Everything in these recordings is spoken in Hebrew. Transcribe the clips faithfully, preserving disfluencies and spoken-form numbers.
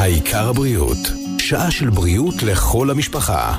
העיקר הבריאות, שעה של בריאות לכל המשפחה.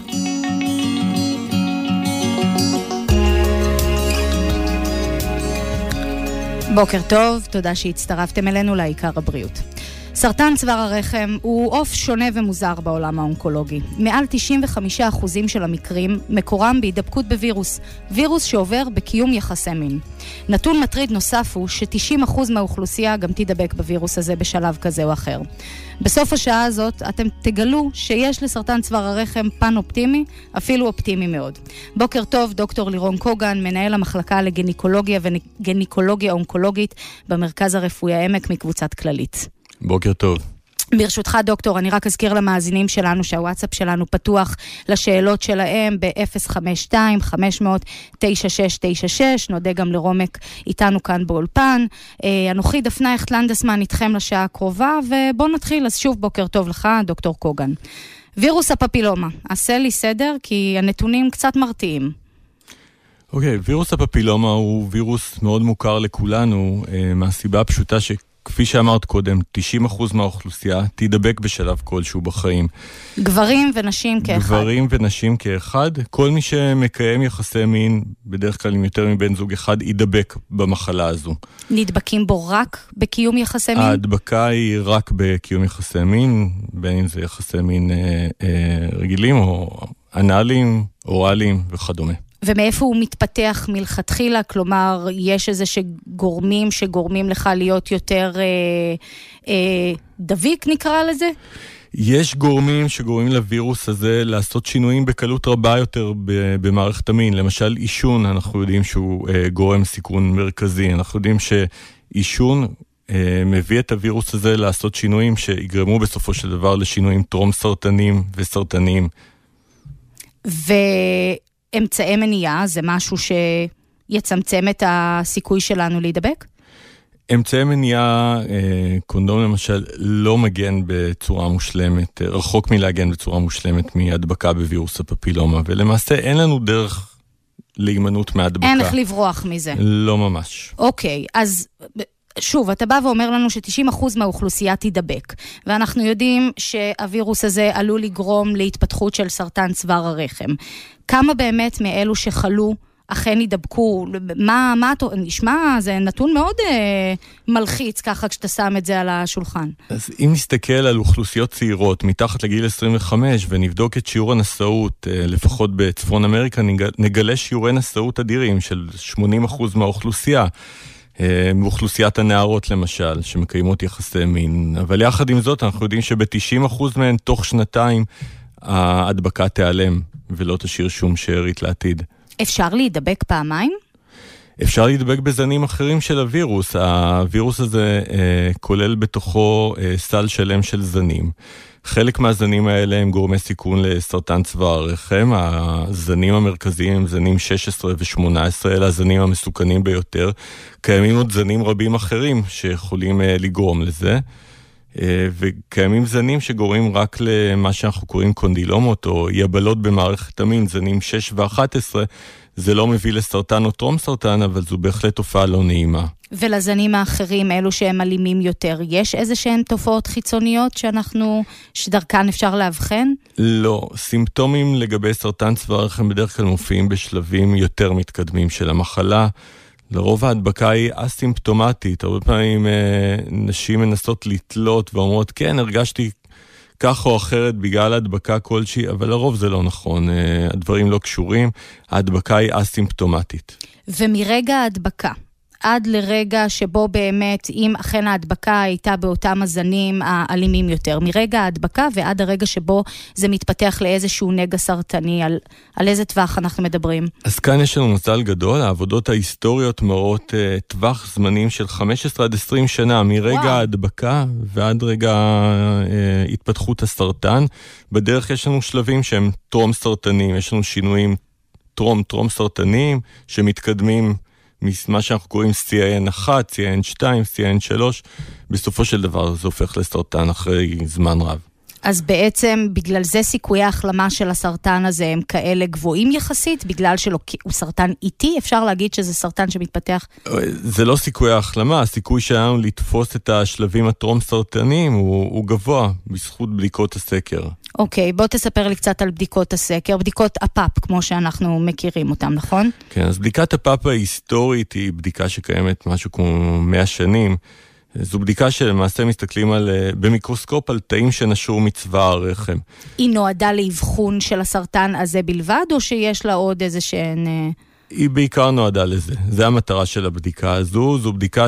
בוקר טוב, תודה שהצטרפתם אלינו לעיקר הבריאות. סרטן צוואר הרחם הוא עוף שונה ומוזר בעולם האונקולוגי. מעל תשעים וחמישה אחוז של המקרים מקורם בהידבקות בווירוס, וירוס שעובר בקיום יחסי מין. נתון מטריד נוסף הוא ש-תשעים אחוז מהאוכלוסייה גם תידבק בווירוס הזה בשלב כזה או אחר. בסוף השעה הזאת אתם תגלו שיש לסרטן צוואר הרחם פן אופטימי, אפילו אופטימי מאוד. בוקר טוב, דוקטור לירון קוגן, מנהל המחלקה לגניקולוגיה וגניקולוגיה אונקולוגית במרכז הרפואי העמק מקבוצת כללית. בוקר טוב. ברשותך דוקטור, אני רק אזכיר למאזינים שלנו שהוואטסאפ שלנו פתוח לשאלות שלהם ב-אפס חמש שתיים חמש אפס אפס תשע שש תשע שש, נודה גם לרומק איתנו כאן באולפן. אנוכי דפנה הכט-לנדסמן איתכם לשעה הקרובה, ובוא נתחיל. אז שוב בוקר טוב לך דוקטור קוגן. וירוס הפפילומה, עשה לי סדר כי הנתונים קצת מרתיעים. אוקיי, okay, וירוס הפפילומה הוא וירוס מאוד מוכר לכולנו, מהסיבה הפשוטה ש... כפי שאמרת קודם, תשעים אחוז מהאוכלוסייה תידבק בשלב כלשהו בחיים. גברים ונשים כאחד. גברים ונשים כאחד. כל מי שמקיים יחסי מין, בדרך כלל עם יותר מבן זוג אחד, ידבק במחלה הזו. נדבקים בו רק בקיום יחסי מין? ההדבקה היא רק בקיום יחסי מין, בין אם זה יחסי מין אה, אה, רגילים או אנאליים, אוראליים וכדומה. ומאיפה הוא מתפתח מלכתחילה? כלומר, יש איזה שגורמים שגורמים לך להיות יותר אה, אה, דביק, נקרא לזה? יש גורמים שגורמים לווירוס הזה לעשות שינויים בקלות רבה יותר במערכת המין. למשל, עישון, אנחנו יודעים שהוא אה, גורם סיכון מרכזי. אנחנו יודעים שעישון אה, מביא את הווירוס הזה לעשות שינויים שיגרמו בסופו של דבר לשינויים טרום סרטניים וסרטניים. ו... אמצעי מניעה זה משהו שיצמצם את הסיכוי שלנו להידבק? אמצעי מניעה, קונדום למשל, לא מגן בצורה מושלמת, רחוק מלהגן בצורה מושלמת מהדבקה בווירוס הפפילומה, ולמעשה אין לנו דרך להימנעות מהדבקה. אין איך לברוח מזה. לא ממש. אוקיי, אז... שוב, אתה בא ואומר לנו ש-תשעים אחוז מהאוכלוסייה תידבק, ואנחנו יודעים שהווירוס הזה עלול לגרום להתפתחות של סרטן צוואר הרחם. כמה באמת מאלו שחלו אכן ידבקו? מה, מה, נשמע, זה נתון מאוד אה, מלחיץ ככה כשאתה שם את זה על השולחן. אז אם נסתכל על אוכלוסיות צעירות מתחת לגיל עשרים וחמש ונבדוק את שיעור הנשאות, אה, לפחות בצפון אמריקה, נגלה שיעורי נשאות אדירים של שמונים אחוז מהאוכלוסייה. מאוכלוסיית הנערות למשל, שמקיימות יחסי מין. אבל יחד עם זאת, אנחנו יודעים שב-תשעים אחוז מהן, תוך שנתיים, ההדבקה תיעלם, ולא תשאיר שום שארית לעתיד. אפשר להידבק פעמיים? אפשר להידבק בזנים אחרים של הווירוס. הווירוס הזה אה, כולל בתוכו אה, סל שלם של זנים. חלק מהזנים האלה הם גורמי סיכון לסרטן צוואר הרחם. הזנים המרכזיים הם זנים שש עשרה ו-שמונה עשרה, אלה הזנים המסוכנים ביותר. קיימים עוד זנים רבים אחרים שיכולים לגרום לזה, וקיימים זנים שגורמים רק למה שאנחנו קוראים קונדילומות או יבלות במערכת המין, זנים שש ו-אחת עשרה. זה לא מביא לסרטן או טרום סרטן, אבל זו בהחלט תופעה לא נעימה. ולזנים האחרים, אלו שהם אלימים יותר, יש איזה שהן תופעות חיצוניות שאנחנו, שדרכן אפשר להבחן? לא, סימפטומים לגבי סרטן צוואר הרחם בדרך כלל מופיעים בשלבים יותר מתקדמים של המחלה. לרוב ההדבקה היא אסימפטומטית. הרבה פעמים אה, נשים מנסות לתלות ואומרות, כן, הרגשתי כך או אחרת בגלל ההדבקה כלשהי, אבל לרוב זה לא נכון. אה, הדברים לא קשורים, ההדבקה היא אסימפטומטית. ומרגע ההדבקה, עד לרגע שבו באמת, אם אכן ההדבקה הייתה באותם הזנים האלימים יותר, מרגע ההדבקה ועד הרגע שבו זה מתפתח לאיזשהו נגע סרטני, על, על איזה טווח אנחנו מדברים? אז כאן יש לנו מזל גדול, העבודות ההיסטוריות מראות uh, טווח זמנים של חמש עשרה עד עשרים שנה, מרגע וואו. ההדבקה ועד רגע uh, התפתחות הסרטן. בדרך יש לנו שלבים שהם טרום סרטניים, יש לנו שינויים טרום טרום סרטניים שמתקדמים מה שאנחנו קוראים סי איי אן אחת, סי איי אן שתיים, סי איי אן שלוש, בסופו של דבר זה הופך לסרטן אחרי זמן רב. אז בעצם בגלל זה סיכויי ההחלמה של הסרטן הזה הם כאלה גבוהים יחסית, בגלל שהוא סרטן איטי, אפשר להגיד שזה סרטן שמתפתח? זה לא סיכוי ההחלמה, הסיכוי שלנו לתפוס את השלבים הטרום סרטניים הוא, הוא גבוה, בזכות בדיקות הסקר. אוקיי, בוא תספר לי קצת על בדיקות הסקר, בדיקות הפאפ, כמו שאנחנו מכירים אותם, נכון? כן, אז בדיקת הפאפ ההיסטורית היא בדיקה שקיימת משהו כמו מאה שנים, זו בדיקה שלמעשה מסתכלים על, במיקרוסקופ על תאים שנשרו מצוואר הרחם. היא נועדה לאבחון של הסרטן הזה בלבד, או שיש לה עוד איזה שהן... היא בעיקר נועדה לזה. זה המטרה של הבדיקה הזו. זו בדיקה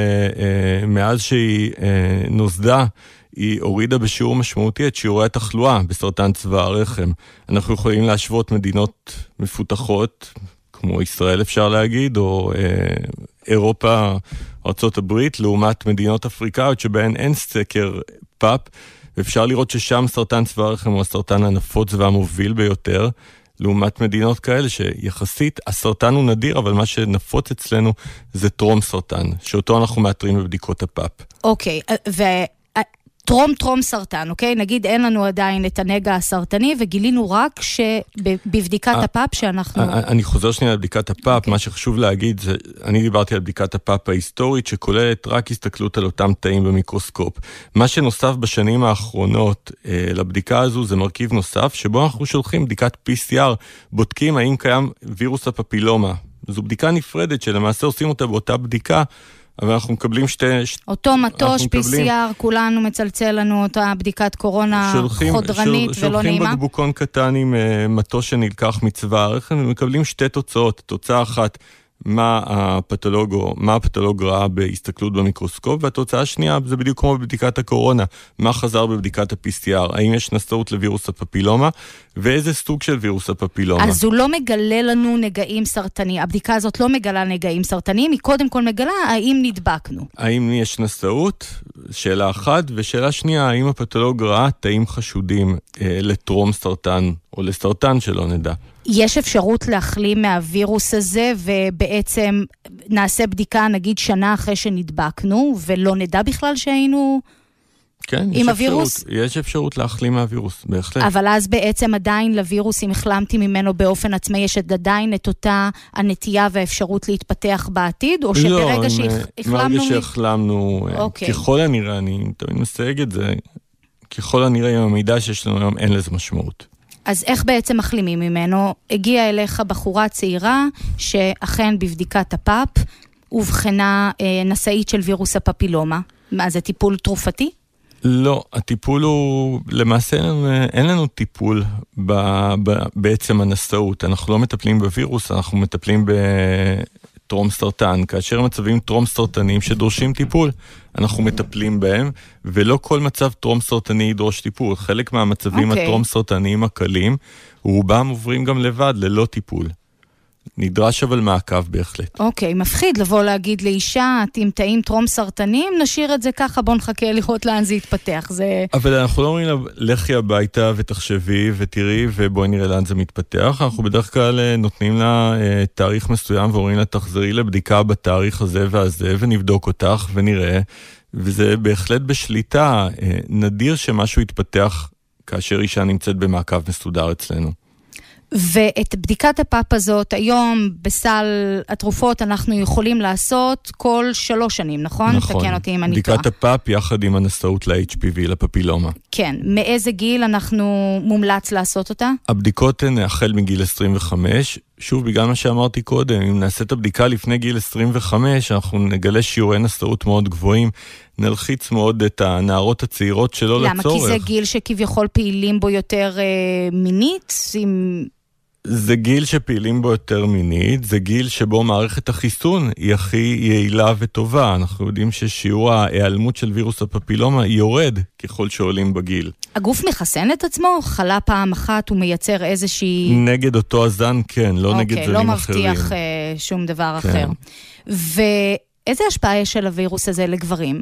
שמאז שהיא נוסדה, היא הורידה בשיעור משמעותי את שיעורי התחלואה בסרטן צוואר הרחם. אנחנו יכולים להשוות מדינות מפותחות, כמו ישראל אפשר להגיד, או אירופה, ארצות הברית, לעומת מדינות אפריקאיות שבהן אין סקר פאפ, ואפשר לראות ששם סרטן צוואר הרחם הוא הסרטן הנפוץ והמוביל ביותר, לעומת מדינות כאלה שיחסית הסרטן הוא נדיר, אבל מה שנפוץ אצלנו זה טרום סרטן, שאותו אנחנו מאתרים בבדיקות הפאפ. אוקיי, ו... טרום טרום סרטן, אוקיי? נגיד אין לנו עדיין את הנגע הסרטני, וגילינו רק שבבדיקת הפאפ שאנחנו... אני חוזר שנייה לבדיקת הפאפ, מה שחשוב להגיד, אני דיברתי על בדיקת הפאפ ההיסטורית, שכוללת רק הסתכלות על אותם תאים במיקרוסקופ. מה שנוסף בשנים האחרונות לבדיקה הזו, זה מרכיב נוסף, שבו אנחנו שולחים בדיקת פי סי אר, בודקים האם קיים וירוס הפפילומה. זו בדיקה נפרדת, שלמעשה עושים אותה באותה בדיקה, אבל אנחנו מקבלים שתי... אותו מטוש, פי סי אר, כולנו מצלצל לנו אותה בדיקת קורונה שולחים, חודרנית שול, ולא נעימה. שולחים בקבוקון קטן עם uh, מטוש שנלקח מצוואר הרחם, ומקבלים שתי תוצאות. תוצאה אחת, מה הפתולוג, מה הפתולוג ראה בהסתכלות במיקרוסקופ, והתוצאה השנייה, זה בדיוק כמו בבדיקת הקורונה, מה חזר בבדיקת ה-פי סי אר, האם יש נשאות לווירוס הפפילומה, ואיזה סוג של וירוס הפפילומה. אז הוא לא מגלה לנו נגעים סרטניים, הבדיקה הזאת לא מגלה נגעים סרטניים, היא קודם כל מגלה האם נדבקנו. האם יש נשאות, שאלה אחת, ושאלה שנייה, האם הפתולוג ראה תאים חשודים אה, לטרום סרטן, או לסרטן שלא נדע. יש אפשרות להחלים מהווירוס הזה, ובעצם נעשה בדיקה נגיד שנה אחרי שנדבקנו, ולא נדע בכלל שהיינו כן, עם יש הווירוס? אפשרות, יש אפשרות להחלים מהווירוס, בהחלט. אבל אז בעצם עדיין לווירוס, אם החלמתי ממנו באופן עצמי, יש עדיין את אותה הנטייה והאפשרות להתפתח בעתיד, או שברגע לא, שהחלמנו... מרגע שהחלמנו, אוקיי. ככל הנראה, אני תמיד מסייג את זה, ככל הנראה עם המידע שיש לנו היום, אין לזה משמעות. אז איך בעצם מחלימים ממנו? הגיעה אליך בחורה צעירה, שאכן בבדיקת הפאפ, הובחנה אה, נשאית של וירוס הפפילומה. מה, זה טיפול תרופתי? לא, הטיפול הוא, למעשה אין לנו טיפול ב, ב, בעצם הנשאות. אנחנו לא מטפלים בווירוס, אנחנו מטפלים בטרום סרטן. כאשר מצבים טרום סרטניים שדורשים טיפול, אנחנו מטפלים בהם, ולא כל מצב טרום סרטני ידרוש טיפול. חלק מהמצבים okay. הטרום סרטניים הקלים, רובם עוברים גם לבד, ללא טיפול. נדרש אבל מעקב בהחלט. אוקיי, okay, מפחיד לבוא להגיד לאישה, עם תאים טרום סרטניים, נשאיר את זה ככה, בוא נחכה לראות לאן זה יתפתח. זה... אבל אנחנו לא אומרים לה, לכי הביתה ותחשבי ותראי ובואי נראה לאן זה מתפתח. אנחנו בדרך כלל נותנים לה אה, תאריך מסוים ואומרים לה, תחזרי לבדיקה בתאריך הזה והזה ונבדוק אותך ונראה. וזה בהחלט בשליטה. אה, נדיר שמשהו יתפתח כאשר אישה נמצאת במעקב מסודר אצלנו. ואת בדיקת הפאפ הזאת, היום בסל התרופות אנחנו יכולים לעשות כל שלוש שנים, נכון? נכון. תקן אותי אם אני טועה. בדיקת הפאפ יחד עם הנשאות ל-אייץ' פי וי, לפפילומה. כן. מאיזה גיל אנחנו מומלץ לעשות אותה? הבדיקות הן החל מגיל עשרים וחמש. שוב, בגלל מה שאמרתי קודם, אם נעשה את הבדיקה לפני גיל עשרים וחמש, אנחנו נגלה שיעורי נשאות מאוד גבוהים, נלחיץ מאוד את הנערות הצעירות שלא לצורך. למה? כי זה גיל שכביכול פעילים בו יותר אה, מינית? עם... זה גיל שפעילים בו יותר מינית, זה גיל שבו מערכת החיסון היא הכי יעילה וטובה. אנחנו יודעים ששיעור ההיעלמות של וירוס הפפילומה יורד ככל שעולים בגיל. הגוף מחסן את עצמו? חלה פעם אחת הוא מייצר איזושהי... נגד אותו הזן, כן, לא אוקיי, נגד זנים לא אחרים. לא מבטיח uh, שום דבר כן. אחר. ואיזה השפעה יש של הווירוס הזה לגברים?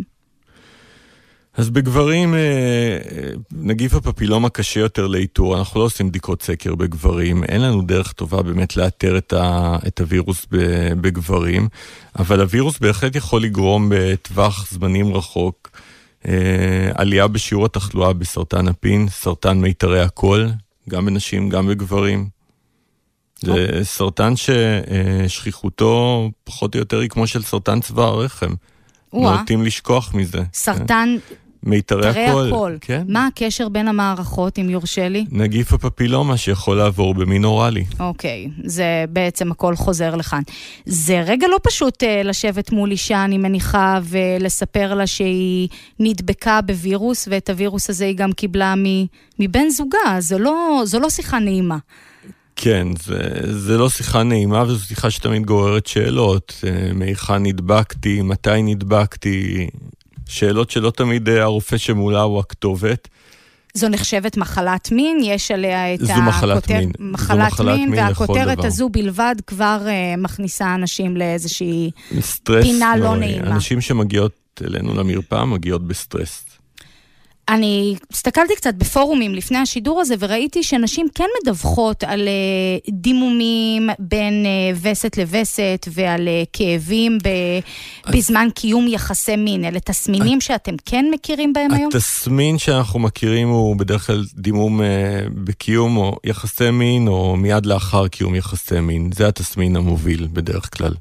אז בגברים, נגיף הפפילומה קשה יותר לאיתור, אנחנו לא עושים בדיקות סקר בגברים, אין לנו דרך טובה באמת לאתר את, ה, את הווירוס בגברים, אבל הווירוס בהחלט יכול לגרום בטווח זמנים רחוק עלייה בשיעור התחלואה בסרטן הפין, סרטן מיתרי הקול, גם בנשים, גם בגברים. זה סרטן ששכיחותו פחות או יותר היא כמו של סרטן צוואר הרחם. נוטים לשכוח מזה. סרטן מיתרי הקול. כן. מה הקשר בין המערכות, אם יורשה לי? נגיף הפפילומה שיכול לעבור במין אוראלי. אוקיי, זה בעצם הכל חוזר לכאן. זה רגע לא פשוט לשבת מול אישה, אני מניחה, ולספר לה שהיא נדבקה בווירוס, ואת הווירוס הזה היא גם קיבלה מבן זוגה. זו לא, זו לא שיחה נעימה. כן, זה, זה לא שיחה נעימה, וזו שיחה שתמיד גוררת שאלות. מהיכן נדבקתי, מתי נדבקתי, שאלות שלא תמיד הרופא שמולה הוא הכתובת. זו נחשבת מחלת מין, יש עליה את זו מחלת מין. מחלת, מחלת מין, מין והכותרת הזו בלבד כבר uh, מכניסה אנשים לאיזושהי פינה לא נעימה. אנשים שמגיעות אלינו למרפאה מגיעות בסטרס. אני הסתכלתי קצת בפורומים לפני השידור הזה, וראיתי שנשים כן מדווחות על uh, דימומים בין uh, וסת לווסת, ועל uh, כאבים ב, אז... בזמן קיום יחסי מין. אלה תסמינים את... שאתם כן מכירים בהם היום? התסמין שאנחנו מכירים הוא בדרך כלל דימום uh, בקיום או יחסי מין, או מיד לאחר קיום יחסי מין. זה התסמין המוביל בדרך כלל.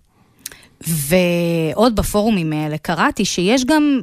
ועוד בפורומים האלה קראתי שיש גם...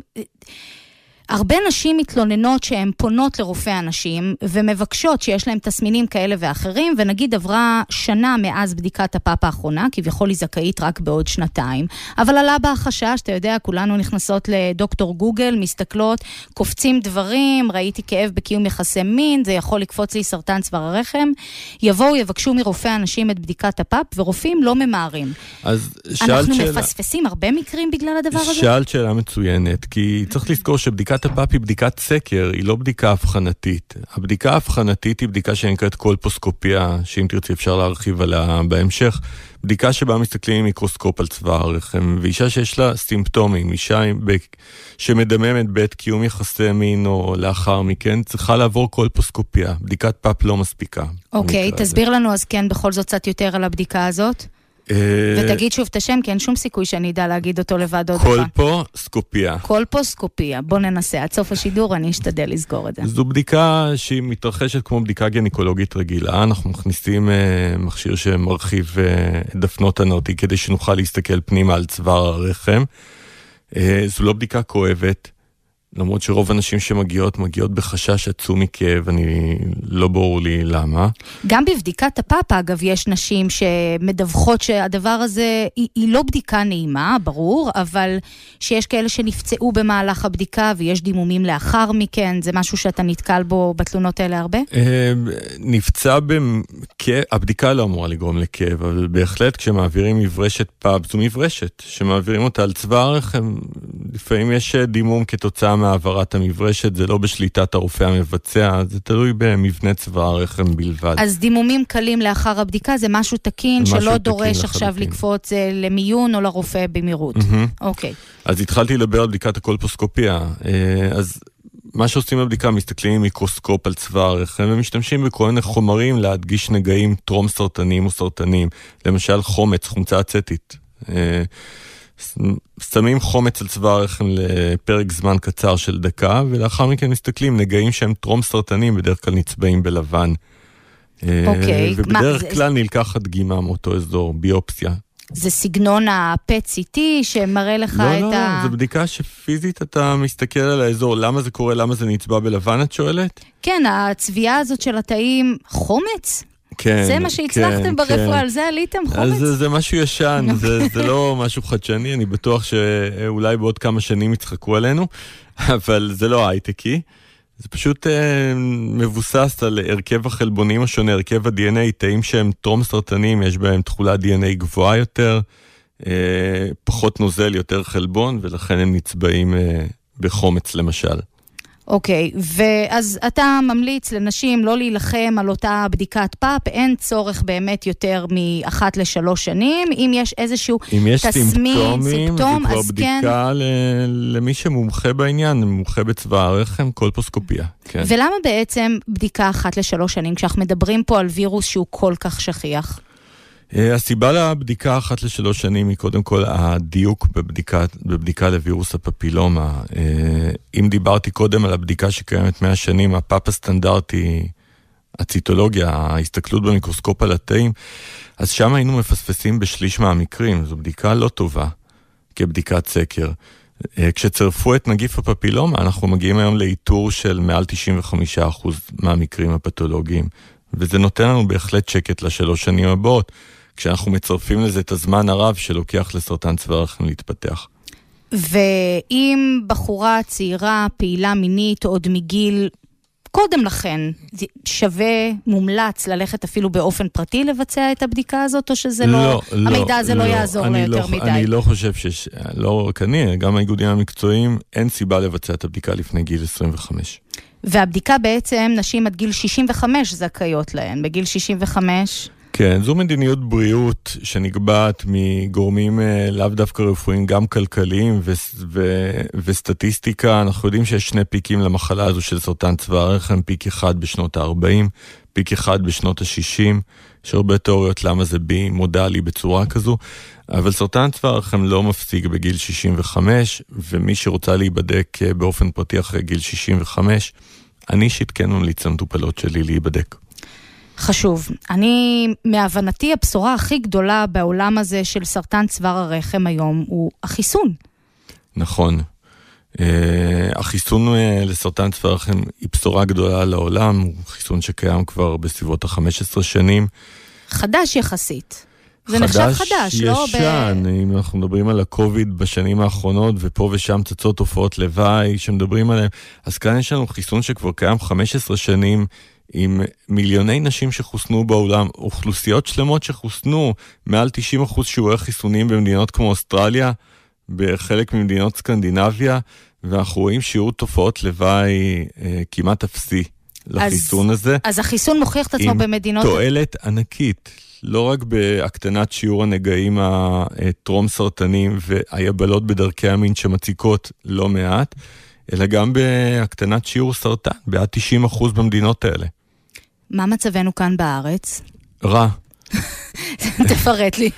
הרבה נשים מתלוננות שהן פונות לרופא הנשים ומבקשות שיש להן תסמינים כאלה ואחרים, ונגיד עברה שנה מאז בדיקת הפאפ האחרונה, כביכול היא זכאית רק בעוד שנתיים, אבל עלה בה החשש, אתה יודע, כולנו נכנסות לדוקטור גוגל, מסתכלות, קופצים דברים, ראיתי כאב בקיום יחסי מין, זה יכול לקפוץ לי סרטן צוואר הרחם, יבואו, יבקשו מרופא הנשים את בדיקת הפאפ, ורופאים לא ממהרים. אז אנחנו שאלה... מפספסים הרבה מקרים בגלל הדבר הזה? שאלת שאלה מצוינת, כי צריך לזכור שבדיקת הפאפ היא בדיקת סקר, היא לא בדיקה הבחנתית. הבדיקה ההבחנתית היא בדיקה שנקראת קולפוסקופיה, שאם תרצי אפשר להרחיב עליה בהמשך. בדיקה שבה מסתכלים עם מיקרוסקופ על צוואר הרחם, ואישה שיש לה סימפטומים, אישה שמדממת בעת קיום יחסי מין או לאחר מכן, צריכה לעבור קולפוסקופיה. בדיקת פאפ לא מספיקה. אוקיי, תסביר לנו אז כן בכל זאת קצת יותר על הבדיקה הזאת. ותגיד שוב את השם, כי אין שום סיכוי שאני אדע להגיד אותו לבד עוד דבר. קולפוסקופיה. קולפוסקופיה. בוא ננסה. עד סוף השידור אני אשתדל לסגור את זה. זו בדיקה שהיא מתרחשת כמו בדיקה גניקולוגית רגילה. אנחנו מכניסים מכשיר שמרחיב דפנות הנרתי כדי שנוכל להסתכל פנימה על צוואר הרחם. זו לא בדיקה כואבת. למרות שרוב הנשים שמגיעות, מגיעות בחשש עצום מכאב, אני לא ברור לי למה. גם בבדיקת הפאפ, אגב, יש נשים שמדווחות שהדבר הזה, היא, היא לא בדיקה נעימה, ברור, אבל שיש כאלה שנפצעו במהלך הבדיקה, ויש דימומים לאחר מכן, זה משהו שאתה נתקל בו בתלונות האלה הרבה? נפצע בכאב, הבדיקה לא אמורה לגרום לכאב, אבל בהחלט כשמעבירים מברשת פאפ, זו מברשת, שמעבירים אותה על צוואר הרחם, לפעמים יש דימום כתוצאה מעברת המברשת, זה לא בשליטת הרופא המבצע, זה תלוי במבנה צוואר הרחם בלבד. אז דימומים קלים לאחר הבדיקה זה משהו תקין, משהו שלא תקין דורש לחלוטין. עכשיו לקפוץ למיון או לרופא במהירות. Mm-hmm. אוקיי. אז התחלתי לדבר על בדיקת הקולפוסקופיה. אז מה שעושים בבדיקה, מסתכלים עם מיקרוסקופ על צוואר הרחם, ומשתמשים בכל מיני חומרים להדגיש נגעים טרום סרטניים או סרטניים. למשל חומץ, חומצה אצטית. שמים חומץ על צוואר הרחם לפרק זמן קצר של דקה, ולאחר מכן מסתכלים נגעים שהם טרום סרטנים, בדרך כלל נצבעים בלבן. אוקיי. ובדרך כלל נלקחת דגימה מאותו אזור, ביופסיה. זה סגנון ה-פט סי טי שמראה לך את ה... לא, לא, זו בדיקה שפיזית אתה מסתכל על האזור. למה זה קורה? למה זה נצבע בלבן, את שואלת? כן, הצביעה הזאת של התאים, חומץ? כן, זה מה שהצלחתם כן, ברפואה, כן. על זה עליתם חומץ? אז זה, זה משהו ישן, זה, זה לא משהו חדשני, אני בטוח שאולי בעוד כמה שנים יצחקו עלינו, אבל זה לא הייטקי, זה פשוט אה, מבוסס על הרכב החלבונים השונה, הרכב ה-די אן איי, תאים שהם טרום סרטנים, יש בהם תכולת די אן איי גבוהה יותר, אה, פחות נוזל, יותר חלבון, ולכן הם נצבעים אה, בחומץ למשל. אוקיי, ואז אתה ממליץ לנשים לא להילחם על אותה בדיקת פאפ, אין צורך באמת יותר מאחת לשלוש שנים, אם יש איזשהו אם יש תסמין, סימפטומים, סימפטום, זה כבר אז בדיקה כן. ל- למי שמומחה בעניין, מומחה בצבא הרחם, קולפוסקופיה. כן. ולמה בעצם בדיקה אחת לשלוש שנים, כשאנחנו מדברים פה על וירוס שהוא כל כך שכיח? הסיבה לבדיקה אחת לשלוש שנים היא קודם כל הדיוק בבדיקה, בבדיקה לווירוס הפפילומה. אם דיברתי קודם על הבדיקה שקיימת מאה שנים, הפאפ הסטנדרטי, הציטולוגיה, ההסתכלות במיקרוסקופ על התאים, אז שם היינו מפספסים בשליש מהמקרים. זו בדיקה לא טובה כבדיקת סקר. כשצרפו את נגיף הפפילומה, אנחנו מגיעים היום לאיתור של מעל תשעים וחמישה אחוז מהמקרים הפתולוגיים. וזה נותן לנו בהחלט שקט לשלוש שנים הבאות, כשאנחנו מצרפים לזה את הזמן הרב שלוקח לסרטן צוואר הרחם להתפתח. ואם בחורה צעירה, פעילה מינית, עוד מגיל קודם לכן, שווה, מומלץ ללכת אפילו באופן פרטי לבצע את הבדיקה הזאת, או שזה לא, לא המידע הזה לא, לא יעזור לה יותר לא, מדי? אני לא חושב שיש, לא רק אני, גם האיגודים המקצועיים, אין סיבה לבצע את הבדיקה לפני גיל עשרים וחמש. והבדיקה בעצם, נשים עד גיל שישים וחמש זכאיות להן, בגיל שישים וחמש... כן, זו מדיניות בריאות שנקבעת מגורמים לאו דווקא רפואיים, גם כלכליים ו- ו- וסטטיסטיקה. אנחנו יודעים שיש שני פיקים למחלה הזו של סרטן צוואר הרחם, פיק אחד בשנות ה-ארבעים, פיק אחד בשנות ה-שישים, יש הרבה תיאוריות למה זה בי מודלי בצורה כזו, אבל סרטן צוואר הרחם לא מפסיק בגיל שישים וחמש, ומי שרוצה להיבדק באופן פרטי אחרי גיל שישים וחמש, אני אישית כן ממליץ למטופלות שלי להיבדק. חשוב. אני, מהבנתי, הבשורה הכי גדולה בעולם הזה של סרטן צוואר הרחם היום הוא החיסון. נכון. החיסון לסרטן צוואר הרחם היא בשורה גדולה לעולם, הוא חיסון שקיים כבר בסביבות ה-חמש עשרה שנים. חדש יחסית. זה נחשב חדש, לא? חדש ישן, אם אנחנו מדברים על הקוביד בשנים האחרונות, ופה ושם צצות תופעות לוואי שמדברים עליהם, אז כאן יש לנו חיסון שכבר קיים חמש עשרה שנים, עם מיליוני נשים שחוסנו בעולם, אוכלוסיות שלמות שחוסנו, מעל תשעים אחוז שיעורי חיסונים במדינות כמו אוסטרליה, בחלק ממדינות סקנדינביה, ואנחנו רואים שיעור תופעות לוואי אה, כמעט אפסי לחיסון אז, הזה. אז החיסון מוכיח את עצמו במדינות... עם תועלת ענקית, לא רק בהקטנת שיעור הנגעים הטרום סרטנים והיבלות בדרכי המין שמציקות לא מעט, אלא גם בהקטנת שיעור סרטן, בעד תשעים אחוז במדינות האלה. מה מצבנו כאן בארץ? רע. תפרט לי.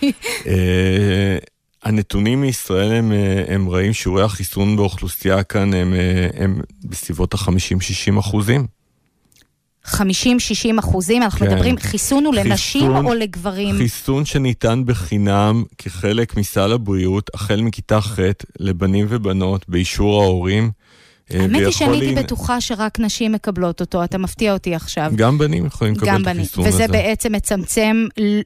הנתונים מישראל הם, הם רעים, שיעורי החיסון באוכלוסייה כאן הם, הם בסביבות ה-חמישים שישים אחוזים. חמישים שישים אחוזים, אנחנו כן. מדברים, חיסון הוא לנשים חיסון, או לגברים? חיסון שניתן בחינם כחלק מסל הבריאות, החל מכיתה ח' לבנים ובנות, באישור ההורים. האמת היא שאני הייתי בטוחה שרק נשים מקבלות אותו, אתה מפתיע אותי עכשיו. גם בנים יכולים לקבל את החיסון הזה. וזה בעצם מצמצם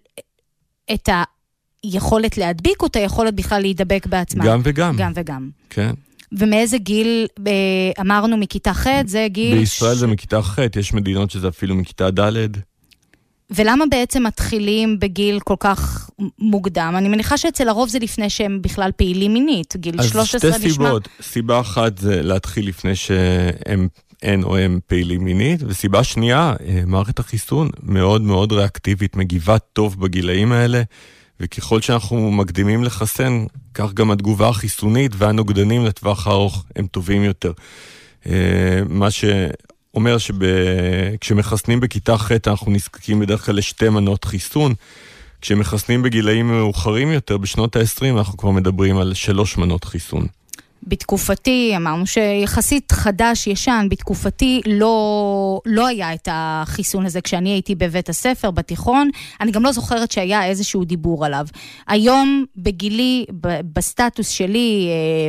את היכולת להדביק, או את היכולת בכלל להידבק בעצמה? גם וגם. גם וגם. כן. ומאיזה גיל, אמרנו מכיתה ח', זה גיל... בישראל זה מכיתה ח', יש מדינות שזה אפילו מכיתה ד'. ולמה בעצם מתחילים בגיל כל כך מוקדם? אני מניחה שאצל הרוב זה לפני שהם בכלל פעילים מינית, גיל שלוש עשרה נשמע. אז שתי סיבות. סיבה אחת זה להתחיל לפני שהם אין או הם פעילים מינית, וסיבה שנייה, מערכת החיסון מאוד מאוד ריאקטיבית, מגיבה טוב בגילאים האלה, וככל שאנחנו מקדימים לחסן, כך גם התגובה החיסונית והנוגדנים לטווח הארוך הם טובים יותר. מה שאומר שכשמחסנים בכיתה ח' אנחנו נזקקים בדרך כלל לשתי מנות חיסון, כשמחסנים בגילאים מאוחרים יותר, בשנות ה-עשרים, אנחנו כבר מדברים על שלוש מנות חיסון. בתקופתי, אמרנו שיחסית חדש, ישן, בתקופתי לא, לא היה את החיסון הזה כשאני הייתי בבית הספר, בתיכון. אני גם לא זוכרת שהיה איזשהו דיבור עליו. היום, בגילי, בסטטוס שלי,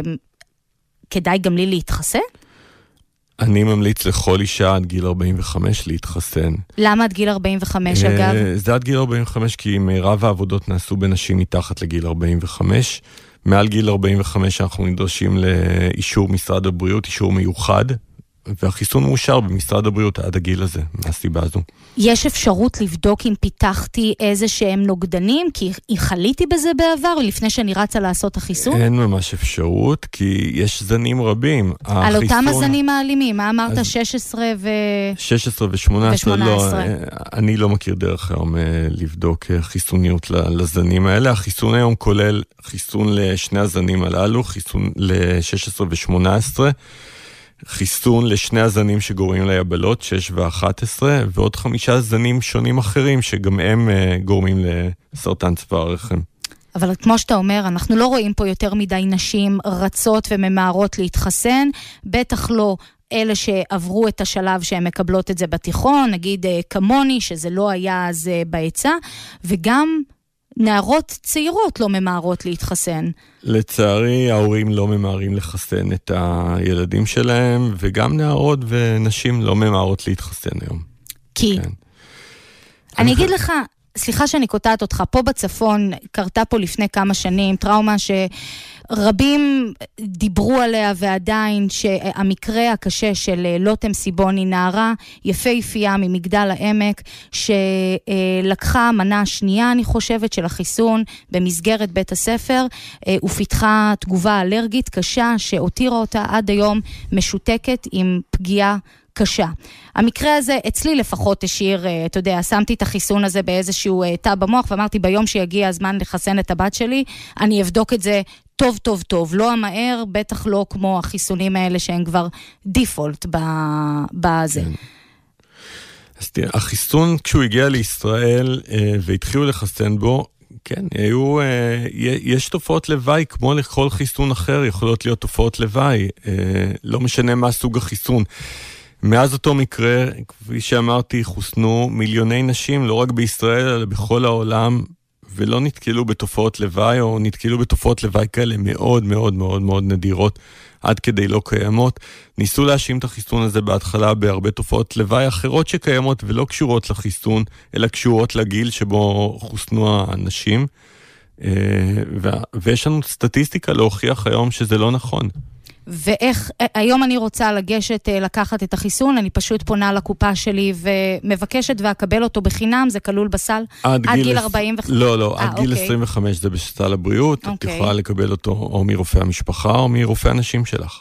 כדאי גם לי להתחסן? אני ממליץ לכל אישה עד גיל ארבעים וחמש להתחסן. למה עד גיל ארבעים וחמש אגב? זה עד גיל ארבעים וחמש כי מירב העבודות נעשו בנשים מתחת לגיל ארבעים וחמש. מעל גיל ארבעים וחמש אנחנו נדרשים לאישור משרד הבריאות, אישור מיוחד, והחיסון מאושר במשרד הבריאות עד הגיל הזה, מהסיבה הזו. יש אפשרות לבדוק אם פיתחתי איזה שהם נוגדנים, כי חליתי בזה בעבר, לפני שאני רצה לעשות החיסון? אין ממש אפשרות, כי יש זנים רבים. על אותם הזנים האלימים, מה אמרת? שש עשרה ו... שש עשרה ו-שמונה עשרה, לא, אני לא מכיר דרך היום לבדוק חיסוניות לזנים האלה. החיסון היום כולל חיסון לשני הזנים הללו, חיסון ל-שש עשרה ו-שמונה עשרה, חיסון לשני הזנים שגורמים ליבלות, שש ו-אחת עשרה, ועוד חמישה זנים שונים אחרים שגם הם גורמים לסרטן צוואר הרחם. אבל כמו שאתה אומר, אנחנו לא רואים פה יותר מדי נשים רצות וממהרות להתחסן, בטח לא אלה שעברו את השלב שהן מקבלות את זה בתיכון, נגיד כמוני, שזה לא היה אז בהיצע, וגם נערות צעירות לא ממהרות להתחסן. לצערי, ההורים לא ממהרים לחסן את הילדים שלהם, וגם נערות ונשים לא ממהרות להתחסן היום. כי? כן. אני אגיד לך, סליחה שאני קוטעת אותך, פה בצפון קרתה פה לפני כמה שנים טראומה שרבים דיברו עליה, ועדיין שהמקרה הקשה של לוטם סיבוני, נערה יפהפייה ממגדל העמק, שלקחה מנה שנייה, אני חושבת, של החיסון במסגרת בית הספר, ופיתחה תגובה אלרגית קשה שהותירה אותה עד היום משותקת עם פגיעה קשה. המקרה הזה אצלי לפחות השאיר, אתה יודע, שמתי את החיסון הזה באיזשהו תא במוח, ואמרתי ביום שיגיע הזמן לחסן את הבת שלי, אני אבדוק את זה טוב טוב טוב, לא המהר, בטח לא כמו החיסונים האלה שהם כבר דיפולט בזה. כן. אז תראה, החיסון כשהוא הגיע לישראל והתחילו לחסן בו, כן, היו, יש תופעות לוואי, כמו לכל חיסון אחר, יכולות להיות תופעות לוואי, לא משנה מה סוג החיסון. מאז אותו מקרה, כפי שאמרתי, חוסנו מיליוני נשים, לא רק בישראל, אלא בכל העולם, ולא נתקלו בתופעות לוואי, או נתקלו בתופעות לוואי כאלה מאוד מאוד מאוד מאוד נדירות, עד כדי לא קיימות. ניסו להאשים את החיסון הזה בהתחלה בהרבה תופעות לוואי אחרות שקיימות, ולא קשורות לחיסון, אלא קשורות לגיל שבו חוסנו האנשים. ויש לנו סטטיסטיקה להוכיח היום שזה לא נכון. ואיך, היום אני רוצה לגשת, לקחת את החיסון, אני פשוט פונה לקופה שלי ומבקשת ואקבל אותו בחינם, זה כלול בסל? עד, עד גיל ארבעים וחמש? לא, לא, 아, עד גיל אוקיי. עשרים וחמש זה בסל הבריאות, אוקיי. את יכולה לקבל אותו או מרופא המשפחה או מרופא הנשים שלך.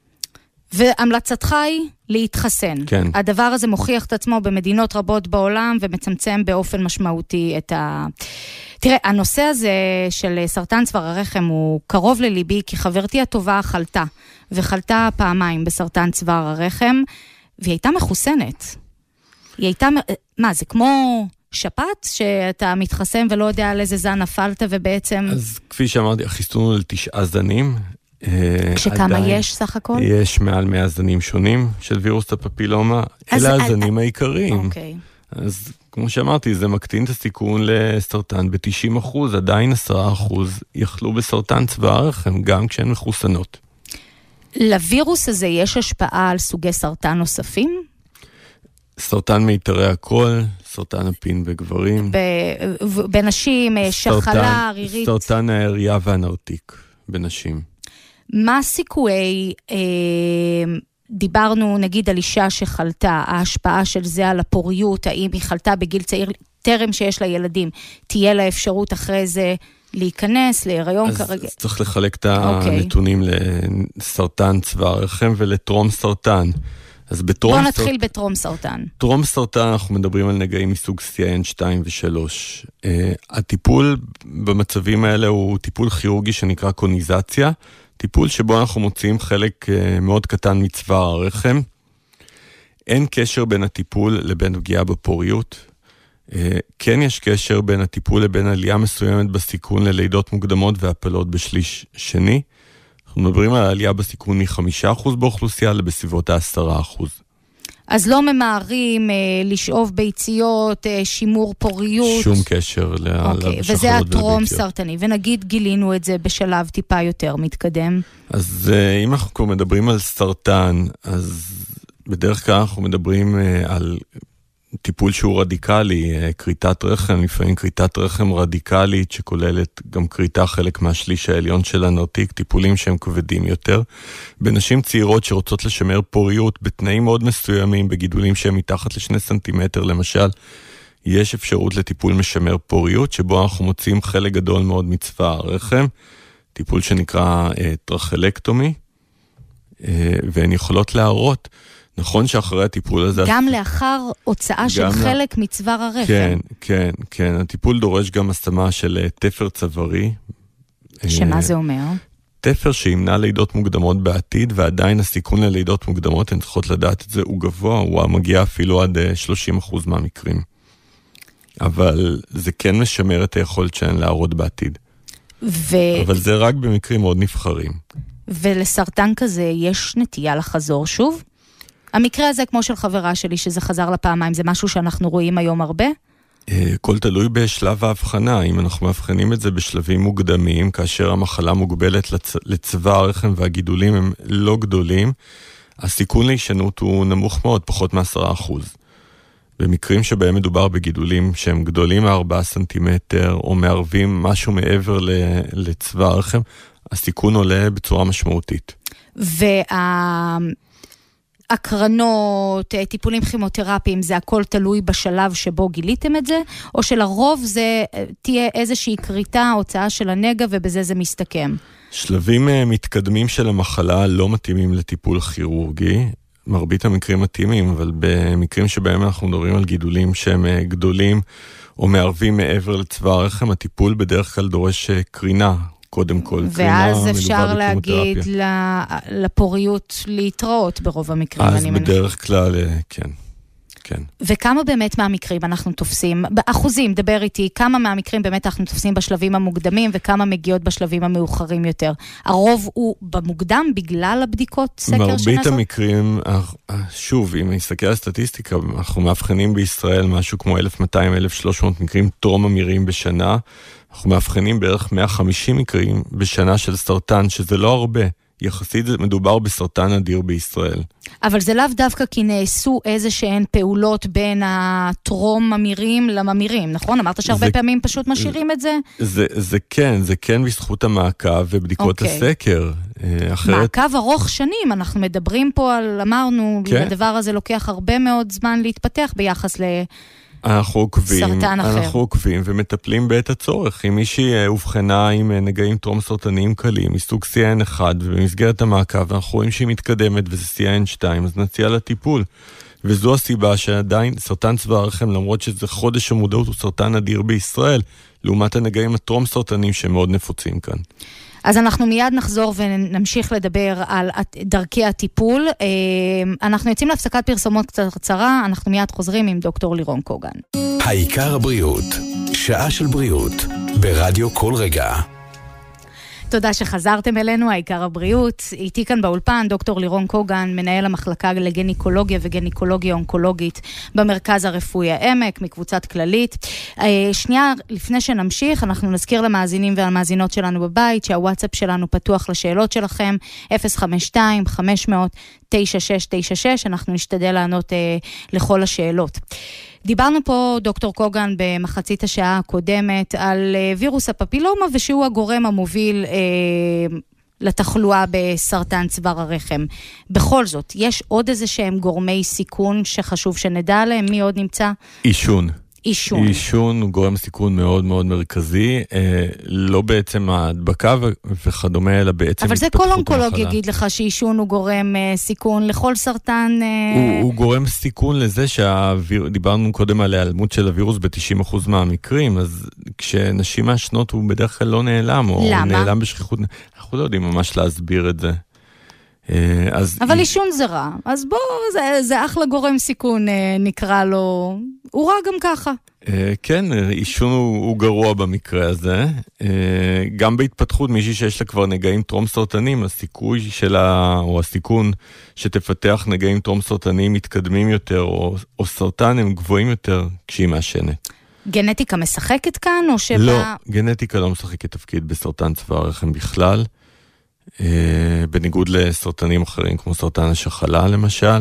והמלצתך היא להתחסן. כן. הדבר הזה מוכיח את עצמו במדינות רבות בעולם, ומצמצם באופן משמעותי את ה... תראה, הנושא הזה של סרטן צוואר הרחם הוא קרוב לליבי, כי חברתי הטובה חלתה, וחלתה פעמיים בסרטן צוואר הרחם, והיא הייתה מחוסנת. היא הייתה... מה, זה כמו שפעת, שאתה מתחסן ולא יודע על איזה זן נפלת, ובעצם... אז כפי שאמרתי, החיסון הוא לתשעה זנים, כשכמה יש סך הכל? יש מעל מאה זנים שונים של וירוס הפפילומה, אלה הזנים העיקריים. אוקיי. אז כמו שאמרתי, זה מקטין את הסיכון לסרטן ב-תשעים אחוז, עדיין עשרה אחוז יחלו בסרטן צוואר הרחם, גם כשהן מחוסנות. לווירוס הזה יש השפעה על סוגי סרטן נוספים? סרטן מיתרי הקול, סרטן הפין בגברים. בנשים, שחלה, רירית. סרטן העריה והנרתיק בנשים. מה סיכויי, אה, דיברנו נגיד על אישה שחלתה, ההשפעה של זה על הפוריות, האם היא חלתה בגיל צעיר, טרם שיש לה ילדים, תהיה לה אפשרות אחרי זה להיכנס, להיריון כרגע? אז צריך לחלק את הנתונים לסרטן צוואר הרחם ולטרום סרטן. אז בוא נתחיל סרט... בטרום סרטן. טרום סרטן אנחנו מדברים על נגעים מסוג סי איי אן שתיים ושלוש. Uh, הטיפול במצבים האלה הוא טיפול כירורגי שנקרא קוניזציה, טיפול שבו אנחנו מוציאים חלק uh, מאוד קטן מצוואר הרחם. אין קשר בין הטיפול לבין פגיעה בפוריות. Uh, כן יש קשר בין הטיפול לבין עלייה מסוימת בסיכון ללידות מוקדמות והפלות בשליש שני. אנחנו מדברים על העלייה בסיכון מ-חמישה אחוז באוכלוסייה לבסביבות ה-עשרה אחוז. אז לא ממהרים, אה, לשאוב ביציות, אה, שימור פוריות. שום קשר לשחרות אוקיי, וזה הטרום סרטני, ונגיד גילינו את זה בשלב טיפה יותר מתקדם. אז אה, אם אנחנו מדברים על סרטן, אז בדרך כלל אנחנו מדברים אה, על טיפול שהוא רדיקלי, קריטת רחם, לפעמים קריטת רחם רדיקלית שכוללת גם קריטה חלק מהשליש העליון של הנרתיק, טיפולים שהם כבדים יותר. בנשים צעירות שרוצות לשמר פוריות בתנאים מאוד מסוימים, בגידולים שהם מתחת לשני סנטימטר למשל, יש אפשרות לטיפול משמר פוריות, שבו אנחנו מוצאים חלק גדול מאוד מצוואר הרחם, טיפול שנקרא אה, טרחלקטומי, אה, והן יכולות להראות, נכון שאחרי הטיפול הזה... גם לאחר הוצאה של חלק מצוואר הרחם. כן, כן, כן. הטיפול דורש גם השמה של תפר צווארי. שמה זה אומר? התפר שימנע לידות מוקדמות בעתיד, ועדיין הסיכון ללידות מוקדמות, הן צריכות לדעת את זה, הוא גבוה, הוא מגיע אפילו עד שלושים אחוז מהמקרים. אבל זה כן משמר את היכולת שהן להראות בעתיד. ו... אבל זה רק במקרים מאוד נבחרים. ולסרטן כזה יש נטייה לחזור שוב? המקרה הזה, כמו של חברה שלי, שזה חזר לפעמיים, זה משהו שאנחנו רואים היום הרבה? כל תלוי בשלב ההבחנה. אם אנחנו מבחנים את זה בשלבים מוקדמים, כאשר המחלה מוגבלת לצ... לצבא הרחם והגידולים הם לא גדולים, הסיכון להישנות הוא נמוך מאוד, פחות מעשרה אחוז. במקרים שבהם מדובר בגידולים שהם גדולים מארבעה סנטימטר, או מערבים משהו מעבר לצבא הרחם, הסיכון עולה בצורה משמעותית. וההקרנות, טיפולים כימותרפיים, זה הכל תלוי בשלב שבו גיליתם את זה, או שלרוב זה תהיה איזושהי קריטה, הוצאה של הנגע, ובזה זה מסתכם? שלבים מתקדמים של המחלה לא מתאימים לטיפול כירורגי, מרבית המקרים מתאימים, אבל במקרים שבהם אנחנו מדברים על גידולים שהם גדולים או מערבים מעבר לצבא הרחם, הטיפול בדרך כלל דורש קרינה, קודם כל. ואז אפשר להגיד לפוריות להתראות ברוב המקרים. אז בדרך כלל, כן. כן. וכמה באמת מהמקרים אנחנו תופסים, באחוזים, דבר איתי, כמה מהמקרים באמת אנחנו תופסים בשלבים המוקדמים, וכמה מגיעות בשלבים המאוחרים יותר? הרוב הוא במוקדם בגלל הבדיקות סקר שנעשות? מרבית המקרים, שוב, אם נסתכל על סטטיסטיקה, אנחנו מאבחנים בישראל משהו כמו אלף מאתיים עד אלף ושלוש מאות מקרים טרום ממירים בשנה, אנחנו מאבחנים בערך מאה וחמישים מקרים בשנה של סרטן, שזה לא הרבה. יחסית מדובר בסרטן אדיר בישראל. אבל זה לאו דווקא כי נעשו איזה שהן פעולות בין הטרום ממירים לממירים, נכון? אמרת שהרבה זה, פעמים פשוט משאירים את זה? זה, זה כן, זה כן בזכות המעקב ובדיקות okay. הסקר. אחרת... מעקב ארוך שנים, אנחנו מדברים פה על, אמרנו, כן. הדבר הזה לוקח הרבה מאוד זמן להתפתח ביחס ל... אנחנו עוקבים, אנחנו עוקבים ומטפלים בעת הצורך. אם מישהי הובחנה עם נגעים טרום סרטניים קלים, מסוג סי איי אן אחד, ובמסגרת המעקב אנחנו רואים שהיא מתקדמת וזה סי איי אן שתיים, אז נציע לטיפול. וזו הסיבה שעדיין סרטן צבא הרחם, למרות שזה חודש המודעות, הוא סרטן אדיר בישראל, לעומת הנגעים הטרום סרטניים שמאוד נפוצים כאן. אז אנחנו מיד נחזור ונמשיך לדבר על דרכי הטיפול. אנחנו יוצאים להפסקת פרסומות קצרה, אנחנו מיד חוזרים עם דוקטור לירון קוגן. העיקר הבריאות, שעה של בריאות, ברדיו כל רגע. תודה שחזרתם אלינו, העיקר הבריאות. איתי כאן באולפן דוקטור לירון קוגן, מנהל המחלקה לגניקולוגיה וגניקולוגיה אונקולוגית במרכז הרפואי העמק, מקבוצת כללית. שנייה, לפני שנמשיך, אנחנו נזכיר למאזינים והמאזינות שלנו בבית, שהוואטסאפ שלנו פתוח לשאלות שלכם, אפס חמש שתיים חמש מאות תשע שש תשע שש, אנחנו נשתדל לענות אה, לכל השאלות. דיברנו פה, דוקטור קוגן, במחצית השעה הקודמת, על אה, וירוס הפפילומה, ושהוא הגורם המוביל אה, לתחלואה בסרטן צוואר הרחם. בכל זאת, יש עוד איזה שהם גורמי סיכון שחשוב שנדע עליהם? מי עוד נמצא? עישון. עישון. עישון הוא גורם סיכון מאוד מאוד מרכזי, אה, לא בעצם ההדבקה ו- וכדומה, אלא בעצם אבל זה כל אונקולוג יגיד לך שעישון הוא גורם אה, סיכון לכל סרטן... אה... הוא, הוא גורם סיכון לזה שדיברנו קודם על ההיעלמות של הווירוס ב-תשעים אחוז מהמקרים, אז כשנשים מהשנות הוא בדרך כלל לא נעלם, או למה? נעלם בשכיחות, אנחנו לא יודעים ממש להסביר את זה. אז אבל עישון זה רע, אז בוא, זה, זה אחלה גורם סיכון, נקרא לו, הוא רע גם ככה. כן, עישון הוא, הוא גרוע במקרה הזה, גם בהתפתחות מישהי שיש לה כבר נגעים טרום סרטנים, הסיכוי שלה, או הסיכון שתפתח נגעים טרום סרטנים מתקדמים יותר, או, או סרטן הם גבוהים יותר כשהיא מעשנת. גנטיקה משחקת כאן, או שבא... לא, גנטיקה לא משחקת תפקיד בסרטן צוואר הרחם בכלל, בניגוד לסרטנים אחרים כמו סרטן השחלה למשל,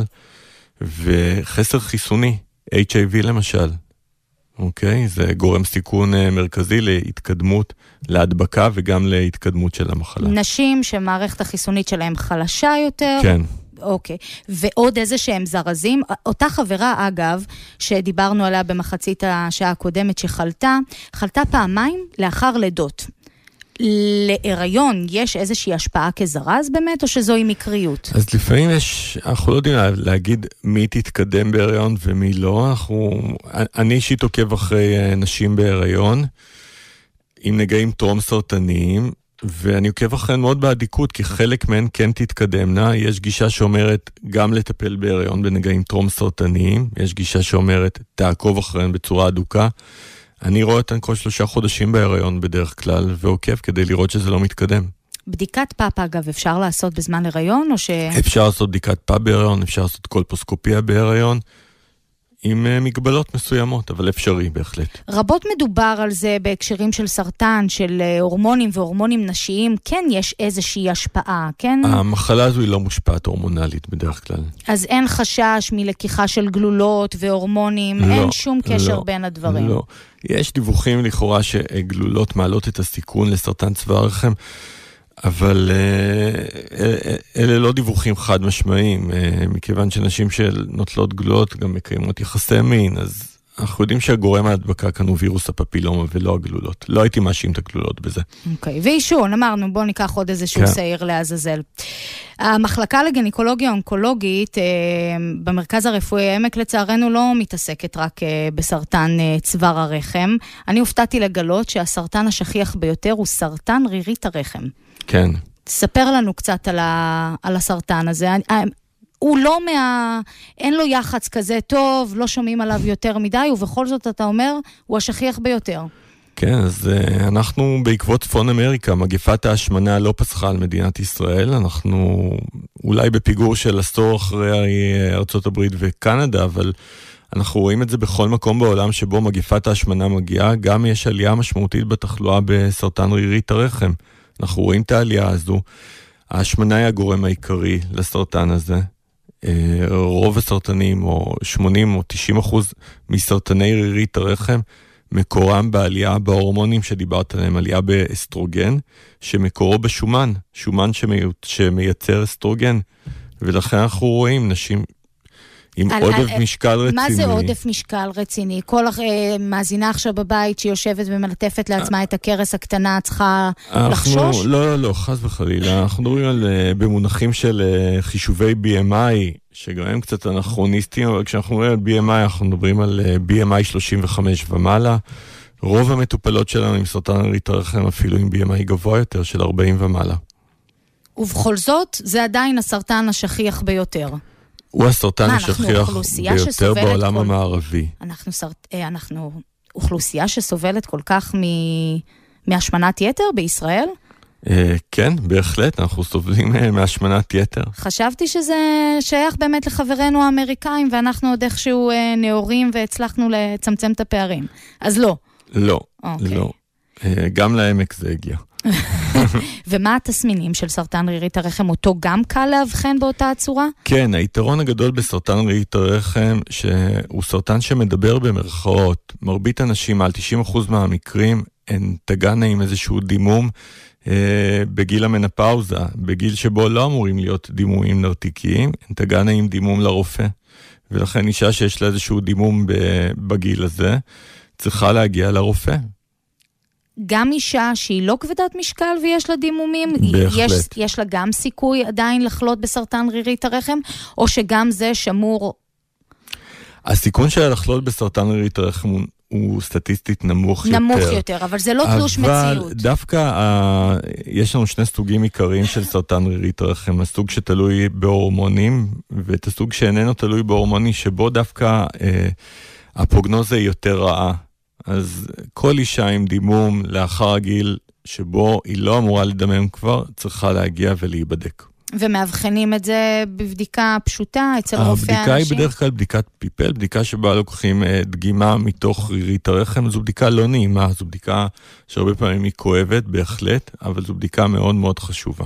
וחסר חיסוני, אייץ' איי וי למשל. אוקיי? זה גורם סיכון מרכזי להתקדמות, להדבקה וגם להתקדמות של המחלה. נשים שמערכת החיסונית שלהם חלשה יותר? כן. אוקיי. ועוד איזה שהם זרזים? אותה חברה אגב, שדיברנו עליה במחצית השעה הקודמת שחלתה, חלתה פעמיים לאחר לידות. להיריון יש איזושהי השפעה כזרז באמת, או שזוהי מקריות? אז לפעמים יש, אנחנו לא יודעים להגיד מי תתקדם בהיריון ומי לא. אנחנו, אני אישית עוקב אחרי נשים בהיריון, עם נגעים טרום סרטניים, ואני עוקב אחריהן מאוד בעדיקות, כי חלק מהן כן תתקדמנה. יש גישה שאומרת גם לטפל בהיריון בנגעים טרום סרטניים, יש גישה שאומרת תעקוב אחריהן בצורה אדוקה. אני רואה אותן כל שלושה חודשים בהיריון בדרך כלל, ועוקב כדי לראות שזה לא מתקדם. בדיקת פאפ, אגב, אפשר לעשות בזמן הריון, או ש... אפשר לעשות בדיקת פאפ בהיריון, אפשר לעשות קולפוסקופיה בהיריון, עם מגבלות מסוימות, אבל אפשרי בהחלט. רבות מדובר על זה בהקשרים של סרטן, של הורמונים והורמונים נשיים, כן יש איזושהי השפעה, כן? המחלה הזו היא לא מושפעת הורמונלית בדרך כלל. אז אין חשש מלקיחה של גלולות והורמונים, לא, אין שום קשר לא, בין הדברים. לא, יש דיווחים לכאורה שגלולות מעלות את הסיכון לסרטן צוואר הרחם, אבל אלה לא דיווחים חד משמעיים, מכיוון שנשים שנוטלות גלולות גם מקיימות יחסי מין, אז אנחנו יודעים שהגורם ההדבקה כאן הוא וירוס הפפילומה ולא הגלולות. לא הייתי מאשים את הגלולות בזה. אוקיי, ואישון, אמרנו, בואו ניקח עוד איזשהו שעיר לעזאזל. המחלקה לגניקולוגיה אונקולוגית במרכז הרפואי העמק לצערנו לא מתעסקת רק בסרטן צוואר הרחם. אני הופתעתי לגלות שהסרטן השכיח ביותר הוא סרטן רירית הרחם. כן. תספר לנו קצת על, ה, על הסרטן הזה. הוא לא מה... אין לו יחץ כזה טוב, לא שומעים עליו יותר מדי, ובכל זאת אתה אומר, הוא השכיח ביותר. כן, אז אנחנו בעקבות צפון אמריקה, מגפת ההשמנה לא פסחה על מדינת ישראל, אנחנו אולי בפיגור של עשור אחרי ארצות הברית וקנדה, אבל אנחנו רואים את זה בכל מקום בעולם שבו מגפת ההשמנה מגיעה, גם יש עלייה משמעותית בתחלואה בסרטן רירית הרחם. אנחנו רואים את העלייה הזו, ההשמנה היא הגורם העיקרי לסרטן הזה, רוב הסרטנים, או שמונים או תשעים אחוז מסרטני רירית הרחם, מקורם בעלייה בהורמונים שדיברת עליהם, עלייה באסטרוגן, שמקורו בשומן, שומן שמי... שמייצר אסטרוגן, ולכן אנחנו רואים נשים עם על, עודף על, משקל רציני. מה זה עודף משקל רציני? כל מאזינה עכשיו בבית שיושבת ומלטפת לעצמה את הקרס הקטנה, צריכה אנחנו, לחשוש? לא, לא, לא, חס וחלילה. אנחנו מדברים על, במונחים של חישובי בי אם איי, שגם הם קצת אנכרוניסטיים, אבל כשאנחנו מדברים על בי אם איי, אנחנו מדברים על בי אם איי שלושים וחמש ומעלה. רוב המטופלות שלנו עם סרטן רירית הרחם אפילו עם בי אם איי גבוה יותר של ארבעים ומעלה. ובכל זאת, זה עדיין הסרטן השכיח ביותר. הוא הסרטן השכיח ביותר בעולם כל... המערבי. אנחנו, סרט... אנחנו אוכלוסייה שסובלת כל כך מ... מהשמנת יתר בישראל? כן, בהחלט, אנחנו סובלים מהשמנת יתר. חשבתי שזה שייך באמת לחברינו האמריקאים, ואנחנו עוד איכשהו נאורים והצלחנו לצמצם את הפערים. אז לא. לא, לא. גם לעמק זה הגיע. ומה התסמינים של סרטן רירית הרחם? אותו גם קל להבחן באותה הצורה? כן, היתרון הגדול בסרטן רירית הרחם שהוא סרטן שמדבר במרכאות. מרבית אנשים, על תשעים אחוז מהמקרים, הן תגענה עם איזשהו דימום אה, בגיל המנופאוזה, בגיל שבו לא אמורים להיות דימומים נרתיקיים, הן תגענה עם דימום לרופא. ולכן אישה שיש לה איזשהו דימום בגיל הזה, צריכה להגיע לרופא. גם אישה שהיא לא כבדת משקל ויש לה דימומים, בהחלט. יש, יש לה גם סיכוי עדיין לחלות בסרטן רירית הרחם, או שגם זה שמור? הסיכון שלה לחלות בסרטן רירית הרחם הוא, הוא סטטיסטית נמוך, נמוך יותר. נמוך יותר, אבל זה לא תלוש מציאות. אבל דווקא ה... יש לנו שני סוגים עיקריים של סרטן רירית הרחם, הסוג שתלוי בהורמונים, ואת הסוג שאיננו תלוי בהורמוני, שבו דווקא אה, הפרוגנוזה היא יותר רעה. אז כל אישה עם דימום לאחר הגיל שבו היא לא אמורה לדמם כבר, צריכה להגיע ולהיבדק. ומאבחנים את זה בבדיקה פשוטה אצל רופא האנשים? הבדיקה היא בדרך כלל בדיקת פיפל, בדיקה שבה לוקחים דגימה מתוך רירית הרחם, זו בדיקה לא נעימה, זו בדיקה שהרבה פעמים היא כואבת בהחלט, אבל זו בדיקה מאוד מאוד חשובה.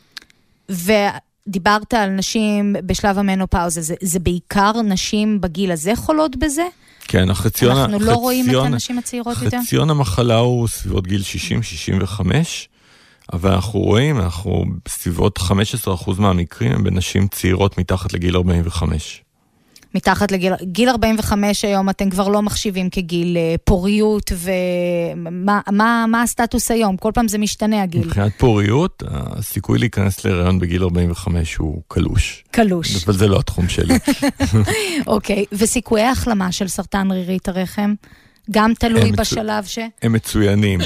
ודיברת על נשים בשלב המנופאוזה, זה, זה בעיקר נשים בגיל הזה חולות בזה? כן, החציון... אנחנו החציון, לא רואים את הנשים הצעירות יותר? חציון המחלה הוא סביבות גיל שישים שישים וחמש, אבל אנחנו רואים, אנחנו בסביבות חמישה עשר אחוז מהמקרים הם בנשים צעירות מתחת לגיל ארבעים וחמש. מתחת לגיל גיל ארבעים וחמש היום אתם כבר לא מחשיבים כגיל פוריות, ומה מה, מה הסטטוס היום? כל פעם זה משתנה הגיל. מבחינת פוריות, הסיכוי להיכנס להיריון בגיל ארבעים וחמש הוא קלוש. קלוש. אבל זה לא התחום שלי. אוקיי, וסיכויי ההחלמה של סרטן רירית הרחם? גם תלוי בשלב ש... הם מצוינים.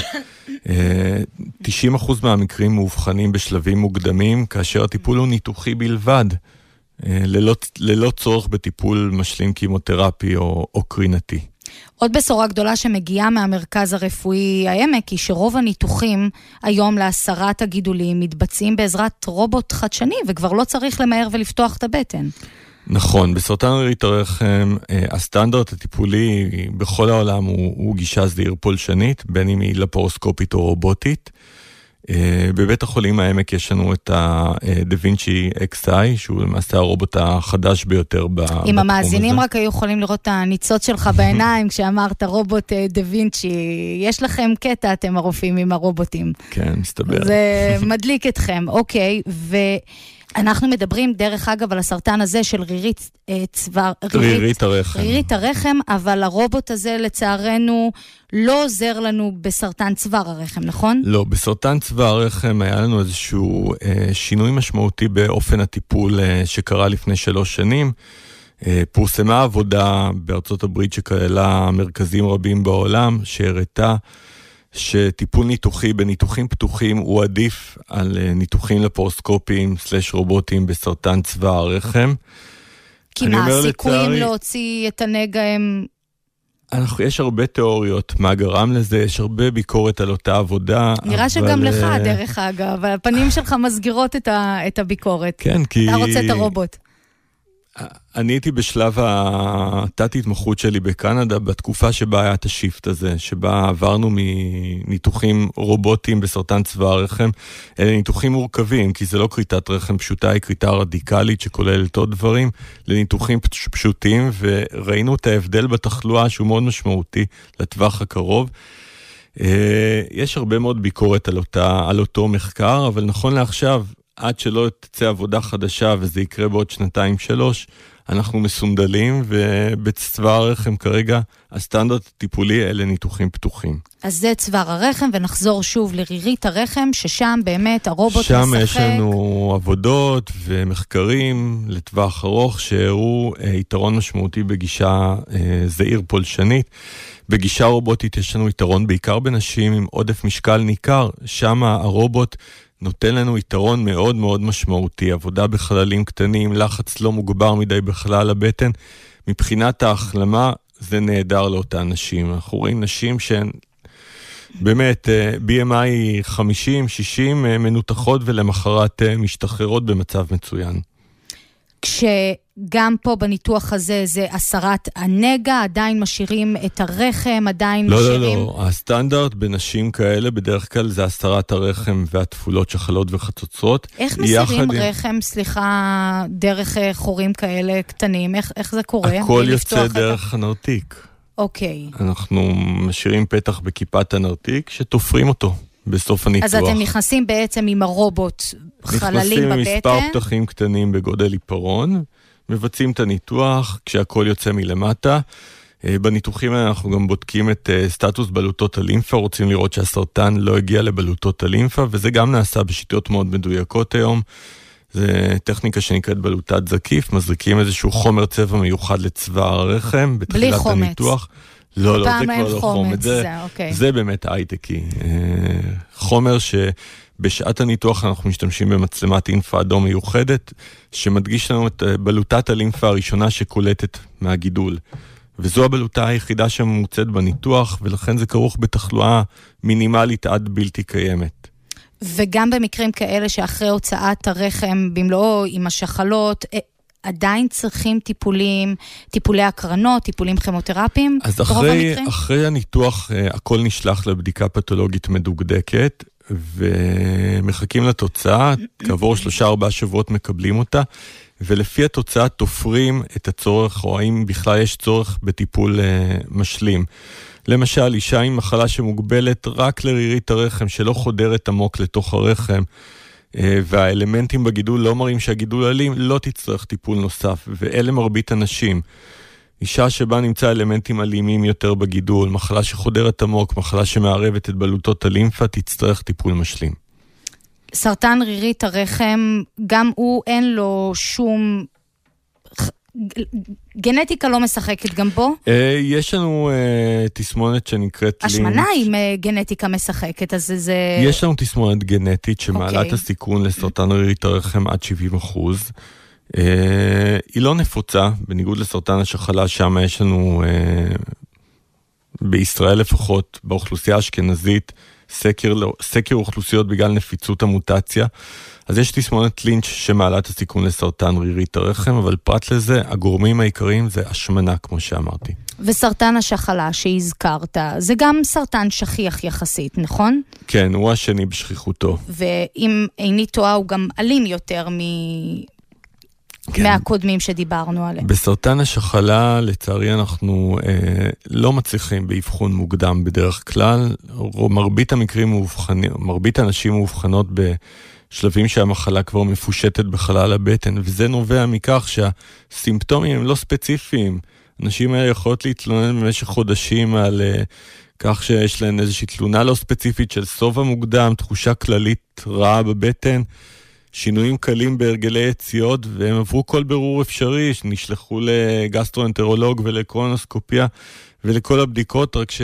תשעים אחוז מהמקרים מאובחנים בשלבים מוקדמים, כאשר הטיפול הוא ניתוחי בלבד, ללא, ללא צורך בטיפול משלים כימותרפי או, או קרינתי. עוד בשורה גדולה שמגיעה מהמרכז הרפואי העמק היא שרוב הניתוחים היום להסרת הגידולים מתבצעים בעזרת רובוט חדשני, וכבר לא צריך למהר ולפתוח את הבטן. נכון, בסרטן רירית הרחם הסטנדרט הטיפולי בכל העולם הוא, הוא גישה זעיר פולשנית, בין אם היא לפרוסקופית או רובוטית. בבית החולים העמק יש לנו את דה וינצ'י אקס איי, שהוא למעשה הרובוט החדש ביותר בתחום הזה. אם המאזינים רק היו יכולים לראות את הניצוץ שלך בעיניים כשאמרת רובוט דה וינצ'י, יש לכם קטע אתם הרופאים עם הרובוטים. כן, מסתבר. זה מדליק אתכם, אוקיי, ו... אנחנו מדברים דרך אגב על הסרטן הזה של רירית צוואר, רירית, רירית הרחם. רירית הרחם, אבל הרובוט הזה לצערנו לא עוזר לנו בסרטן צוואר הרחם, נכון? לא, בסרטן צוואר הרחם היה לנו איזשהו אה, שינוי משמעותי באופן הטיפול אה, שקרה לפני שלוש שנים. אה, פורסמה עבודה בארצות הברית שכללה מרכזים רבים בעולם, שהראתה שטיפול ניתוחי בניתוחים פתוחים הוא עדיף על ניתוחים לפרוסקופיים סלש רובוטיים בסרטן צוואר הרחם. כי מה, הסיכויים לצערי... להוציא את הנגע הם... אנחנו, יש הרבה תיאוריות מה גרם לזה, יש הרבה ביקורת על אותה עבודה. נראה אבל... שגם לך דרך אגב, אבל הפנים שלך מסגירות את, ה... את הביקורת. כן, כי... אתה רוצה את הרובוט. אני הייתי בשלב התת התמחות שלי בקנדה, בתקופה שבה היה את השיפט הזה, שבה עברנו מניתוחים רובוטיים בסרטן צוואר הרחם, אלה ניתוחים מורכבים, כי זה לא קריטת רחם פשוטה, היא קריטה רדיקלית שכוללת עוד דברים, לניתוחים פשוטים, וראינו את ההבדל בתחלואה שהוא מאוד משמעותי לטווח הקרוב. יש הרבה מאוד ביקורת על, אותה, על אותו מחקר, אבל נכון לעכשיו, עד שלא תצא עבודה חדשה, וזה יקרה בעוד שנתיים שלוש, אנחנו מסונדלים, ובצוואר הרחם כרגע, הסטנדרט הטיפולי אלה ניתוחים פתוחים. אז זה צוואר הרחם, ונחזור שוב לרירית הרחם, ששם באמת הרובוט שם משחק. שם יש לנו עבודות ומחקרים לטווח ארוך, שהראו אה, יתרון משמעותי בגישה אה, זעיר פולשנית. בגישה רובוטית יש לנו יתרון בעיקר בנשים עם עודף משקל ניכר, שם הרובוט נותן לנו יתרון מאוד מאוד משמעותי, עבודה בחללים קטנים, לחץ לא מוגבר מדי בחלל הבטן. מבחינת ההחלמה זה נהדר לאותן נשים. אנחנו רואים נשים שהן באמת בי אם איי חמישים שישים מנותחות ולמחרת משתחררות במצב מצוין. כשגם פה בניתוח הזה זה הסרת הנגע, עדיין משאירים את הרחם, עדיין לא, משאירים... לא, לא, הסטנדרט בנשים כאלה בדרך כלל זה הסרת הרחם והתפולות שחלות וחצוצרות. איך מסירים רחם, עם... סליחה, דרך חורים כאלה קטנים? איך, איך זה קורה? הכל יוצא דרך הנרתיק. אוקיי. אנחנו משאירים פתח בכיפת הנרתיק שתופרים אותו. בסוף הניתוח. אז אתם נכנסים בעצם עם הרובוט חללים בבטן. נכנסים עם מספר פתחים קטנים בגודל עיפרון, מבצעים את הניתוח כשהכל יוצא מלמטה. בניתוחים האלה אנחנו גם בודקים את סטטוס בלוטות הלימפה, רוצים לראות שהסרטן לא הגיע לבלוטות הלימפה, וזה גם נעשה בשיטות מאוד מדויקות היום. זה טכניקה שנקראת בלוטת זקיף, מזריקים איזשהו חומר צבע מיוחד לצוואר הרחם בתחילת הניתוח. לא, לא, זה כבר לא חומץ, זה, אוקיי. זה באמת הייטקי. חומר שבשעת הניתוח אנחנו משתמשים במצלמת אינפה אדום מיוחדת, שמדגיש לנו את בלוטת הלימפה הראשונה שקולטת מהגידול. וזו הבלוטה היחידה שממוצאת בניתוח, ולכן זה כרוך בתחלואה מינימלית עד בלתי קיימת. וגם במקרים כאלה שאחרי הוצאת הרחם במלואו עם השחלות, עדיין צריכים טיפולים, טיפולי הקרנות, טיפולים כימותרפיים? אז אחרי, אחרי הניתוח הכל נשלח לבדיקה פתולוגית מדוקדקת, ומחכים לתוצאה, כעבור שלושה ארבעה שבועות מקבלים אותה, ולפי התוצאה תופרים את הצורך, או האם בכלל יש צורך בטיפול משלים. למשל, אישה עם מחלה שמוגבלת רק לרירית הרחם, שלא חודרת עמוק לתוך הרחם, והאלמנטים בגידול לא מראים שהגידול אלים, לא תצטרך טיפול נוסף, ואלה מרבית אנשים. אישה שבה נמצא אלמנטים אלימים יותר בגידול, מחלה שחודרת עמוק, מחלה שמערבת את בלוטות הלימפה, תצטרך טיפול משלים. סרטן רירית הרחם, גם הוא אין לו שום גנטיקה לא משחקת גם בו? יש לנו תסמונת שנקראת לינץ'. השמנה עם גנטיקה משחקת, אז זה... יש לנו תסמונת גנטית שמעלה את הסיכון לסרטן רירית הרחם עד שבעים אחוז. היא לא נפוצה, בניגוד לסרטן השחלה, שם יש לנו, בישראל לפחות, באוכלוסייה האשכנזית, סקר, סקר אוכלוסיות בגלל נפיצות המוטציה. אז יש תסמונת לינץ' שמעלה את הסיכון לסרטן רירית הרחם, אבל פרט לזה, הגורמים העיקריים זה השמנה, כמו שאמרתי. וסרטן השחלה שהזכרת, זה גם סרטן שכיח יחסית, נכון? כן, הוא השני בשכיחותו. ואם איני טועה, הוא גם אלים יותר מ... כן. מהקודמים שדיברנו עליהם. בסרטן השחלה, לצערי, אנחנו אה, לא מצליחים באבחון מוקדם בדרך כלל. מרבית המקרים מאובחנים, מרבית האנשים מאובחנות בשלבים שהמחלה כבר מפושטת בחלל הבטן, וזה נובע מכך שהסימפטומים הם לא ספציפיים. אנשים האלה יכולות להתלונן במשך חודשים על אה, כך שיש להם איזושהי תלונה לא ספציפית של סובה מוקדם, תחושה כללית רעה בבטן, שינויים קלים בהרגלי יציאות, והם עברו כל ברור אפשרי, שנשלחו לגסטרואנטרולוג ולקולונוסקופיה ולכל הבדיקות, רק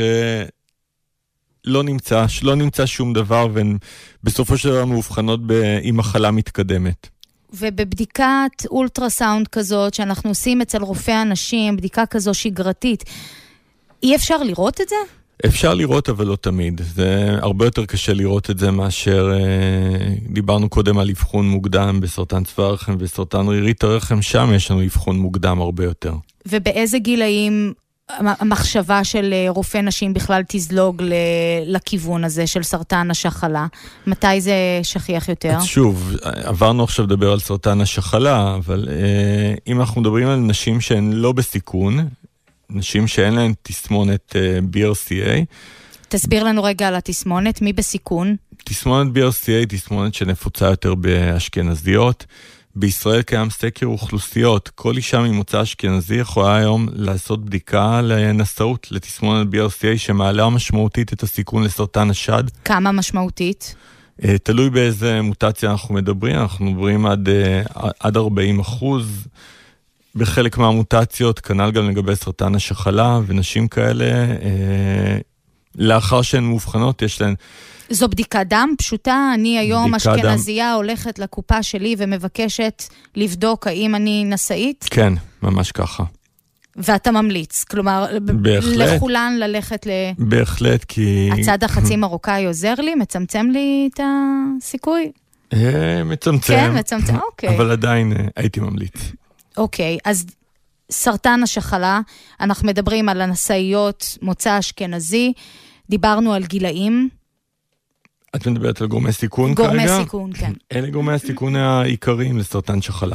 שלא נמצא, שלא נמצא שום דבר, והן בסופו של דבר מאובחנות עם מחלה מתקדמת. ובבדיקת אולטרסאונד כזאת, שאנחנו עושים אצל רופאי אנשים, בדיקה כזו שגרתית, אי אפשר לראות את זה? אפשר לראות, אבל לא תמיד. זה הרבה יותר קשה לראות את זה מאשר אה, דיברנו קודם על אבחון מוקדם בסרטן צוואר הרחם וסרטן רירית הרחם, שם יש לנו אבחון מוקדם הרבה יותר. ובאיזה גילאים המחשבה של רופא נשים בכלל תזלוג לכיוון הזה של סרטן השחלה? מתי זה שכיח יותר? אז שוב, עברנו עכשיו לדבר על סרטן השחלה, אבל אה, אם אנחנו מדברים על נשים שהן לא בסיכון, נשים שאין להן תסמונת בי אר סי איי. תסביר לנו רגע על התסמונת, מי בסיכון? תסמונת בי אר סי איי היא תסמונת שנפוצה יותר באשכנזיות. בישראל קיים סקר אוכלוסיות. כל אישה ממוצא אשכנזי יכולה היום לעשות בדיקה לנשאות לתסמונת בי אר סי איי שמעלה משמעותית את הסיכון לסרטן השד. כמה משמעותית? תלוי באיזה מוטציה אנחנו מדברים. אנחנו מדברים עד, עד ארבעים אחוז. בחלק מהמוטציות, כנ"ל גם לגבי סרטן השחלה, ונשים כאלה, אה, לאחר שהן מאובחנות, יש להן... זו בדיקת דם פשוטה? אני היום אשכנזייה הולכת לקופה שלי ומבקשת לבדוק האם אני נשאית? כן, ממש ככה. ואתה ממליץ, כלומר, בהחלט, לכולן ללכת ל... בהחלט, כי... הצד החצי מרוקאי עוזר לי, מצמצם לי את הסיכוי? אה, מצמצם. כן, מצמצם, אוקיי. אבל עדיין הייתי ממליץ. אוקיי, אז סרטן השחלה, אנחנו מדברים על הנשאיות מוצא אשכנזי, דיברנו על גילאים. את מדברת על גורמי סיכון גורמי כרגע? גורמי סיכון, כן. אלה גורמי הסיכון העיקריים לסרטן שחלה.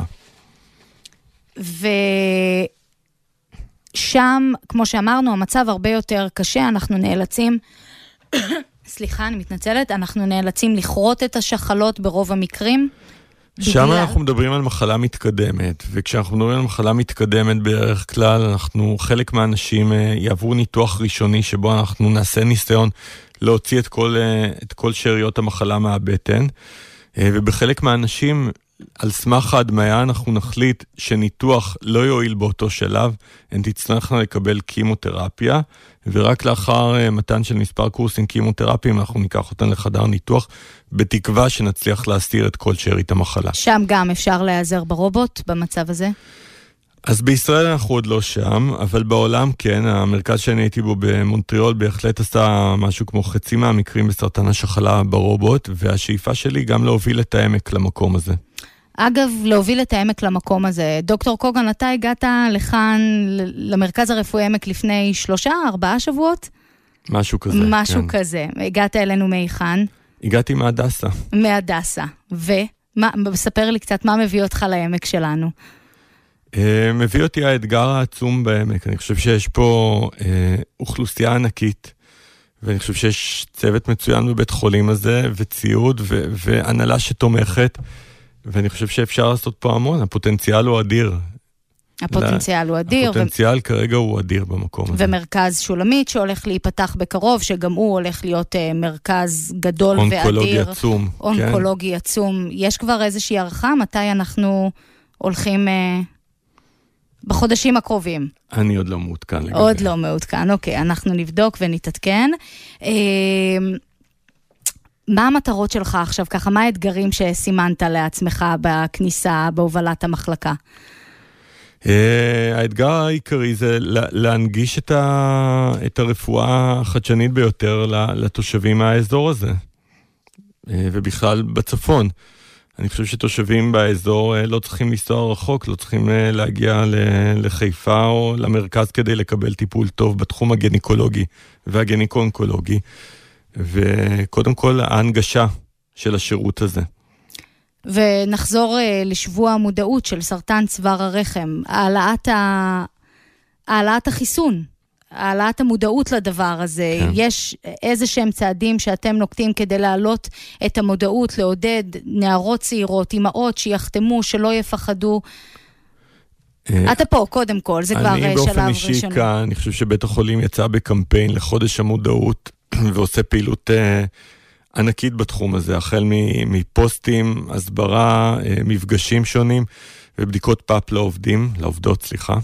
ושם, כמו שאמרנו, המצב הרבה יותר קשה, אנחנו נאלצים, סליחה, אני מתנצלת, אנחנו נאלצים לכרות את השחלות ברוב המקרים, שם אנחנו מדברים על מחלה מתקדמת, וכשאנחנו מדברים על מחלה מתקדמת בערך כלל, אנחנו, חלק מהאנשים יעברו ניתוח ראשוני, שבו אנחנו נעשה ניסיון להוציא את כל, את כל שאריות המחלה מהבטן, ובחלק מהאנשים, על סמך ההדמיה, אנחנו נחליט שניתוח לא יועיל באותו שלב, הן תצטרכנה לקבל קימותרפיה, ורק לאחר מתן של מספר קורסים קימותרפיים, אנחנו ניקח אותן לחדר ניתוח, בתקווה שנצליח להסתיר את כל שארית המחלה. שם גם אפשר להיעזר ברובוט במצב הזה? אז בישראל אנחנו עוד לא שם, אבל בעולם כן, המרכז שאני הייתי בו במונטריאול בהחלט עשה משהו כמו חצי מהמקרים בסרטן השחלה ברובוט, והשאיפה שלי גם להוביל את העמק למקום הזה. אגב, להוביל את העמק למקום הזה, דוקטור קוגן, אתה הגעת לכאן, למרכז הרפואי עמק לפני שלושה, ארבעה שבועות? משהו כזה, משהו כן. כזה. הגעת אלינו מאיכן? הגעתי מהדסה. מהדסה. ומה, מספר לי קצת מה מביא אותך לעמק שלנו. מביא אותי האתגר העצום בעמק. אני חושב שיש פה אה, אוכלוסייה ענקית, ואני חושב שיש צוות מצוין בבית חולים הזה, וציוד, ו- והנהלה שתומכת, ואני חושב שאפשר לעשות פה המון. הפוטנציאל הוא אדיר. הפוטנציאל הוא אדיר. הפוטנציאל כרגע הוא אדיר במקום הזה. ומרכז שולמית שהולך להיפתח בקרוב, שגם הוא הולך להיות מרכז גדול ואדיר. אונקולוגי עצום. אונקולוגי עצום. יש כבר איזושהי הערכה? מתי אנחנו הולכים... בחודשים הקרובים. אני עוד לא מעודכן לגבי. עוד לא מעודכן, אוקיי, אנחנו נבדוק ונתעדכן. מה המטרות שלך עכשיו ככה? מה האתגרים שסימנת לעצמך בכניסה, בהובלת המחלקה? האתגר העיקרי זה להנגיש את הרפואה החדשנית ביותר לתושבים מהאזור הזה, ובכלל בצפון. אני חושב שתושבים באזור לא צריכים לנסוע רחוק, לא צריכים להגיע לחיפה או למרכז כדי לקבל טיפול טוב בתחום הגניקולוגי והגניקו-אונקולוגי, וקודם כל ההנגשה של השירות הזה. ונחזור לשבוע המודעות של סרטן צוואר הרחם, העלאת, ה... העלאת החיסון, העלאת המודעות לדבר הזה. כן. יש איזה שהם צעדים שאתם נוקטים כדי להעלות את המודעות, לעודד נערות צעירות, אמהות שיחתמו, שלא יפחדו. אתה פה, קודם כל, זה כבר שלב ראשון. אני באופן אישי כאן, אני חושב שבית החולים יצא בקמפיין לחודש המודעות, ועושה פעילות ענקית בתחום הזה, החל מפוסטים, הסברה, מפגשים שונים, ובדיקות פאפ לעובדים, לעובדות, סליחה.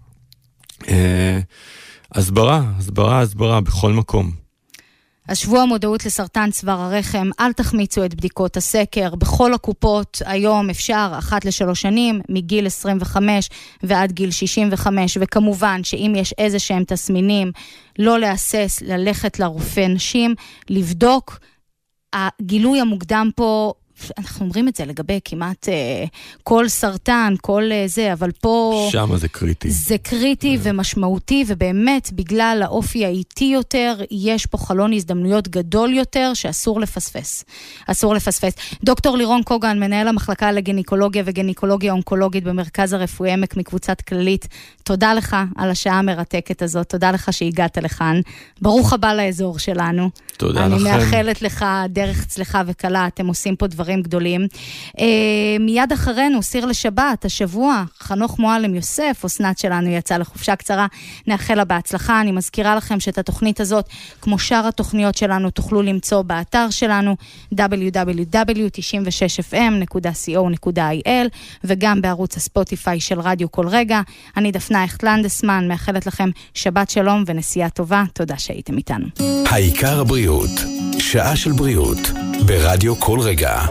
הסברה, הסברה, הסברה, בכל מקום. אז שבוע המודעות לסרטן צוואר הרחם, אל תחמיצו את בדיקות הסקר, בכל הקופות היום אפשר אחת לשלוש שנים, מגיל עשרים וחמש ועד גיל שישים וחמש, וכמובן שאם יש איזה שהם תסמינים, לא להסס, ללכת לרופא נשים, לבדוק. הגילוי המוקדם פה, אנחנו אומרים את זה לגבי כמעט אה, כל סרטן, כל אה, זה, אבל פה... שם זה קריטי. זה קריטי yeah. ומשמעותי, ובאמת בגלל האופי האיטי יותר, יש פה חלון הזדמנויות גדול יותר, שאסור לפספס. אסור לפספס. דוקטור לירון קוגן, מנהל המחלקה לגניקולוגיה וגניקולוגיה אונקולוגית במרכז הרפואי עמק מקבוצת כללית, תודה לך על השעה המרתקת הזאת, תודה לך שהגעת לכאן. ברוך הבא לאזור שלנו. תודה אני לכם. אני מאחלת לך דרך צלחה וקלה, אתם עושים פה דברים גדולים. מיד אחרינו, סיר לשבת, השבוע, חנוך מועלם יוסף, אסנת שלנו יצא לחופשה קצרה, נאחל לה בהצלחה. אני מזכירה לכם שאת התוכנית הזאת, כמו שאר התוכניות שלנו, תוכלו למצוא באתר שלנו, דאבליו דאבליו דאבליו נקודה תשעים ושש אף אם נקודה סי או נקודה איי אל, וגם בערוץ הספוטיפיי של רדיו כל רגע. אני דפנה הכט-לנדסמן, מאחלת לכם שבת שלום ונסיעה טובה. תודה שהייתם איתנו. העיקר הבריאות, שעה של בריאות, ברדיו כל רגע.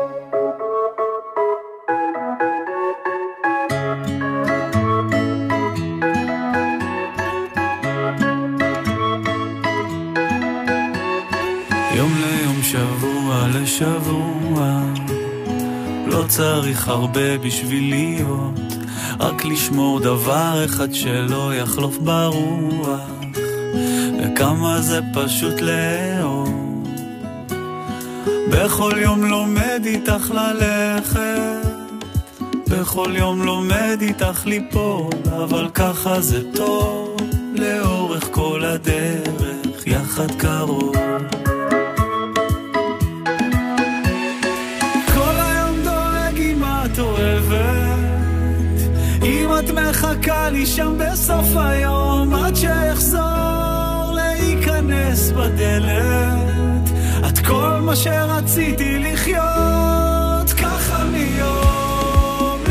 יום ליום, שבוע לשבוע, לא צריך הרבה בשביל להיות, רק לשמור דבר אחד שלא יחלוף ברוח, וכמה זה פשוט לאהוב. בכל יום לומד איתך ללכת, בכל יום לומד איתך ליפול, אבל ככה זה טוב, לאורך כל הדרך, יחד קרוב. כל היום דואג אם את אוהבת, אם את מחכה לי שם בסוף היום, עד שיחזור להיכנס בדלת, את כל מה שרציתי לחיות, ככה מיום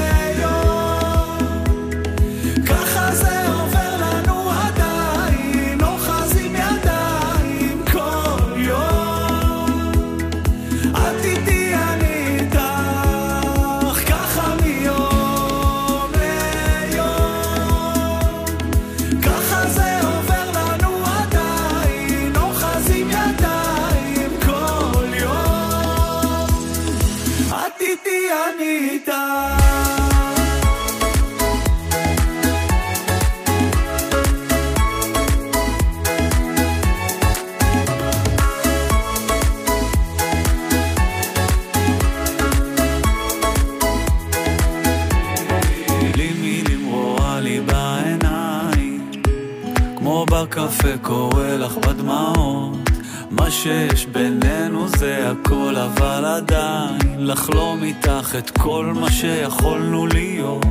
ליום, ככה זה עובר לנו עדיין, אוחזים ידיים כל יום, את איתי אני איתך, ככה מיום ליום, ככה זה עובר לנו עדיין, אוחזים ידיים כל יום, את איתי אני איתך. בקפה קורא לך בדמעות, מה שיש בינינו זה הכל, אבל עדיין לחלום איתך את כל מה שיכולנו להיות.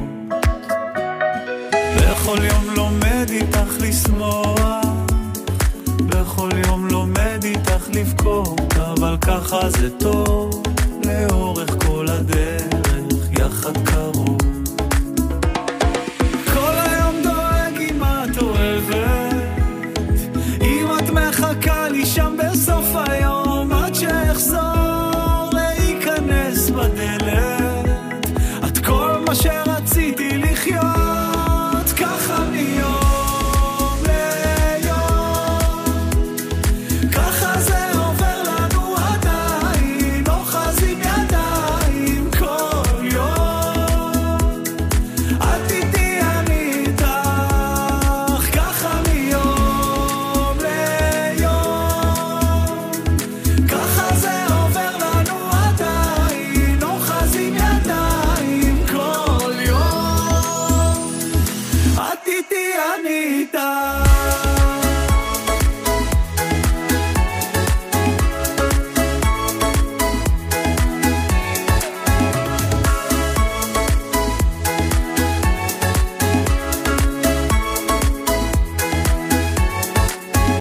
בכל יום לומד איתך לשמוח, בכל יום לומד איתך לבכות, אבל ככה זה טוב, לאורך כל הדרך, יחד קרוב.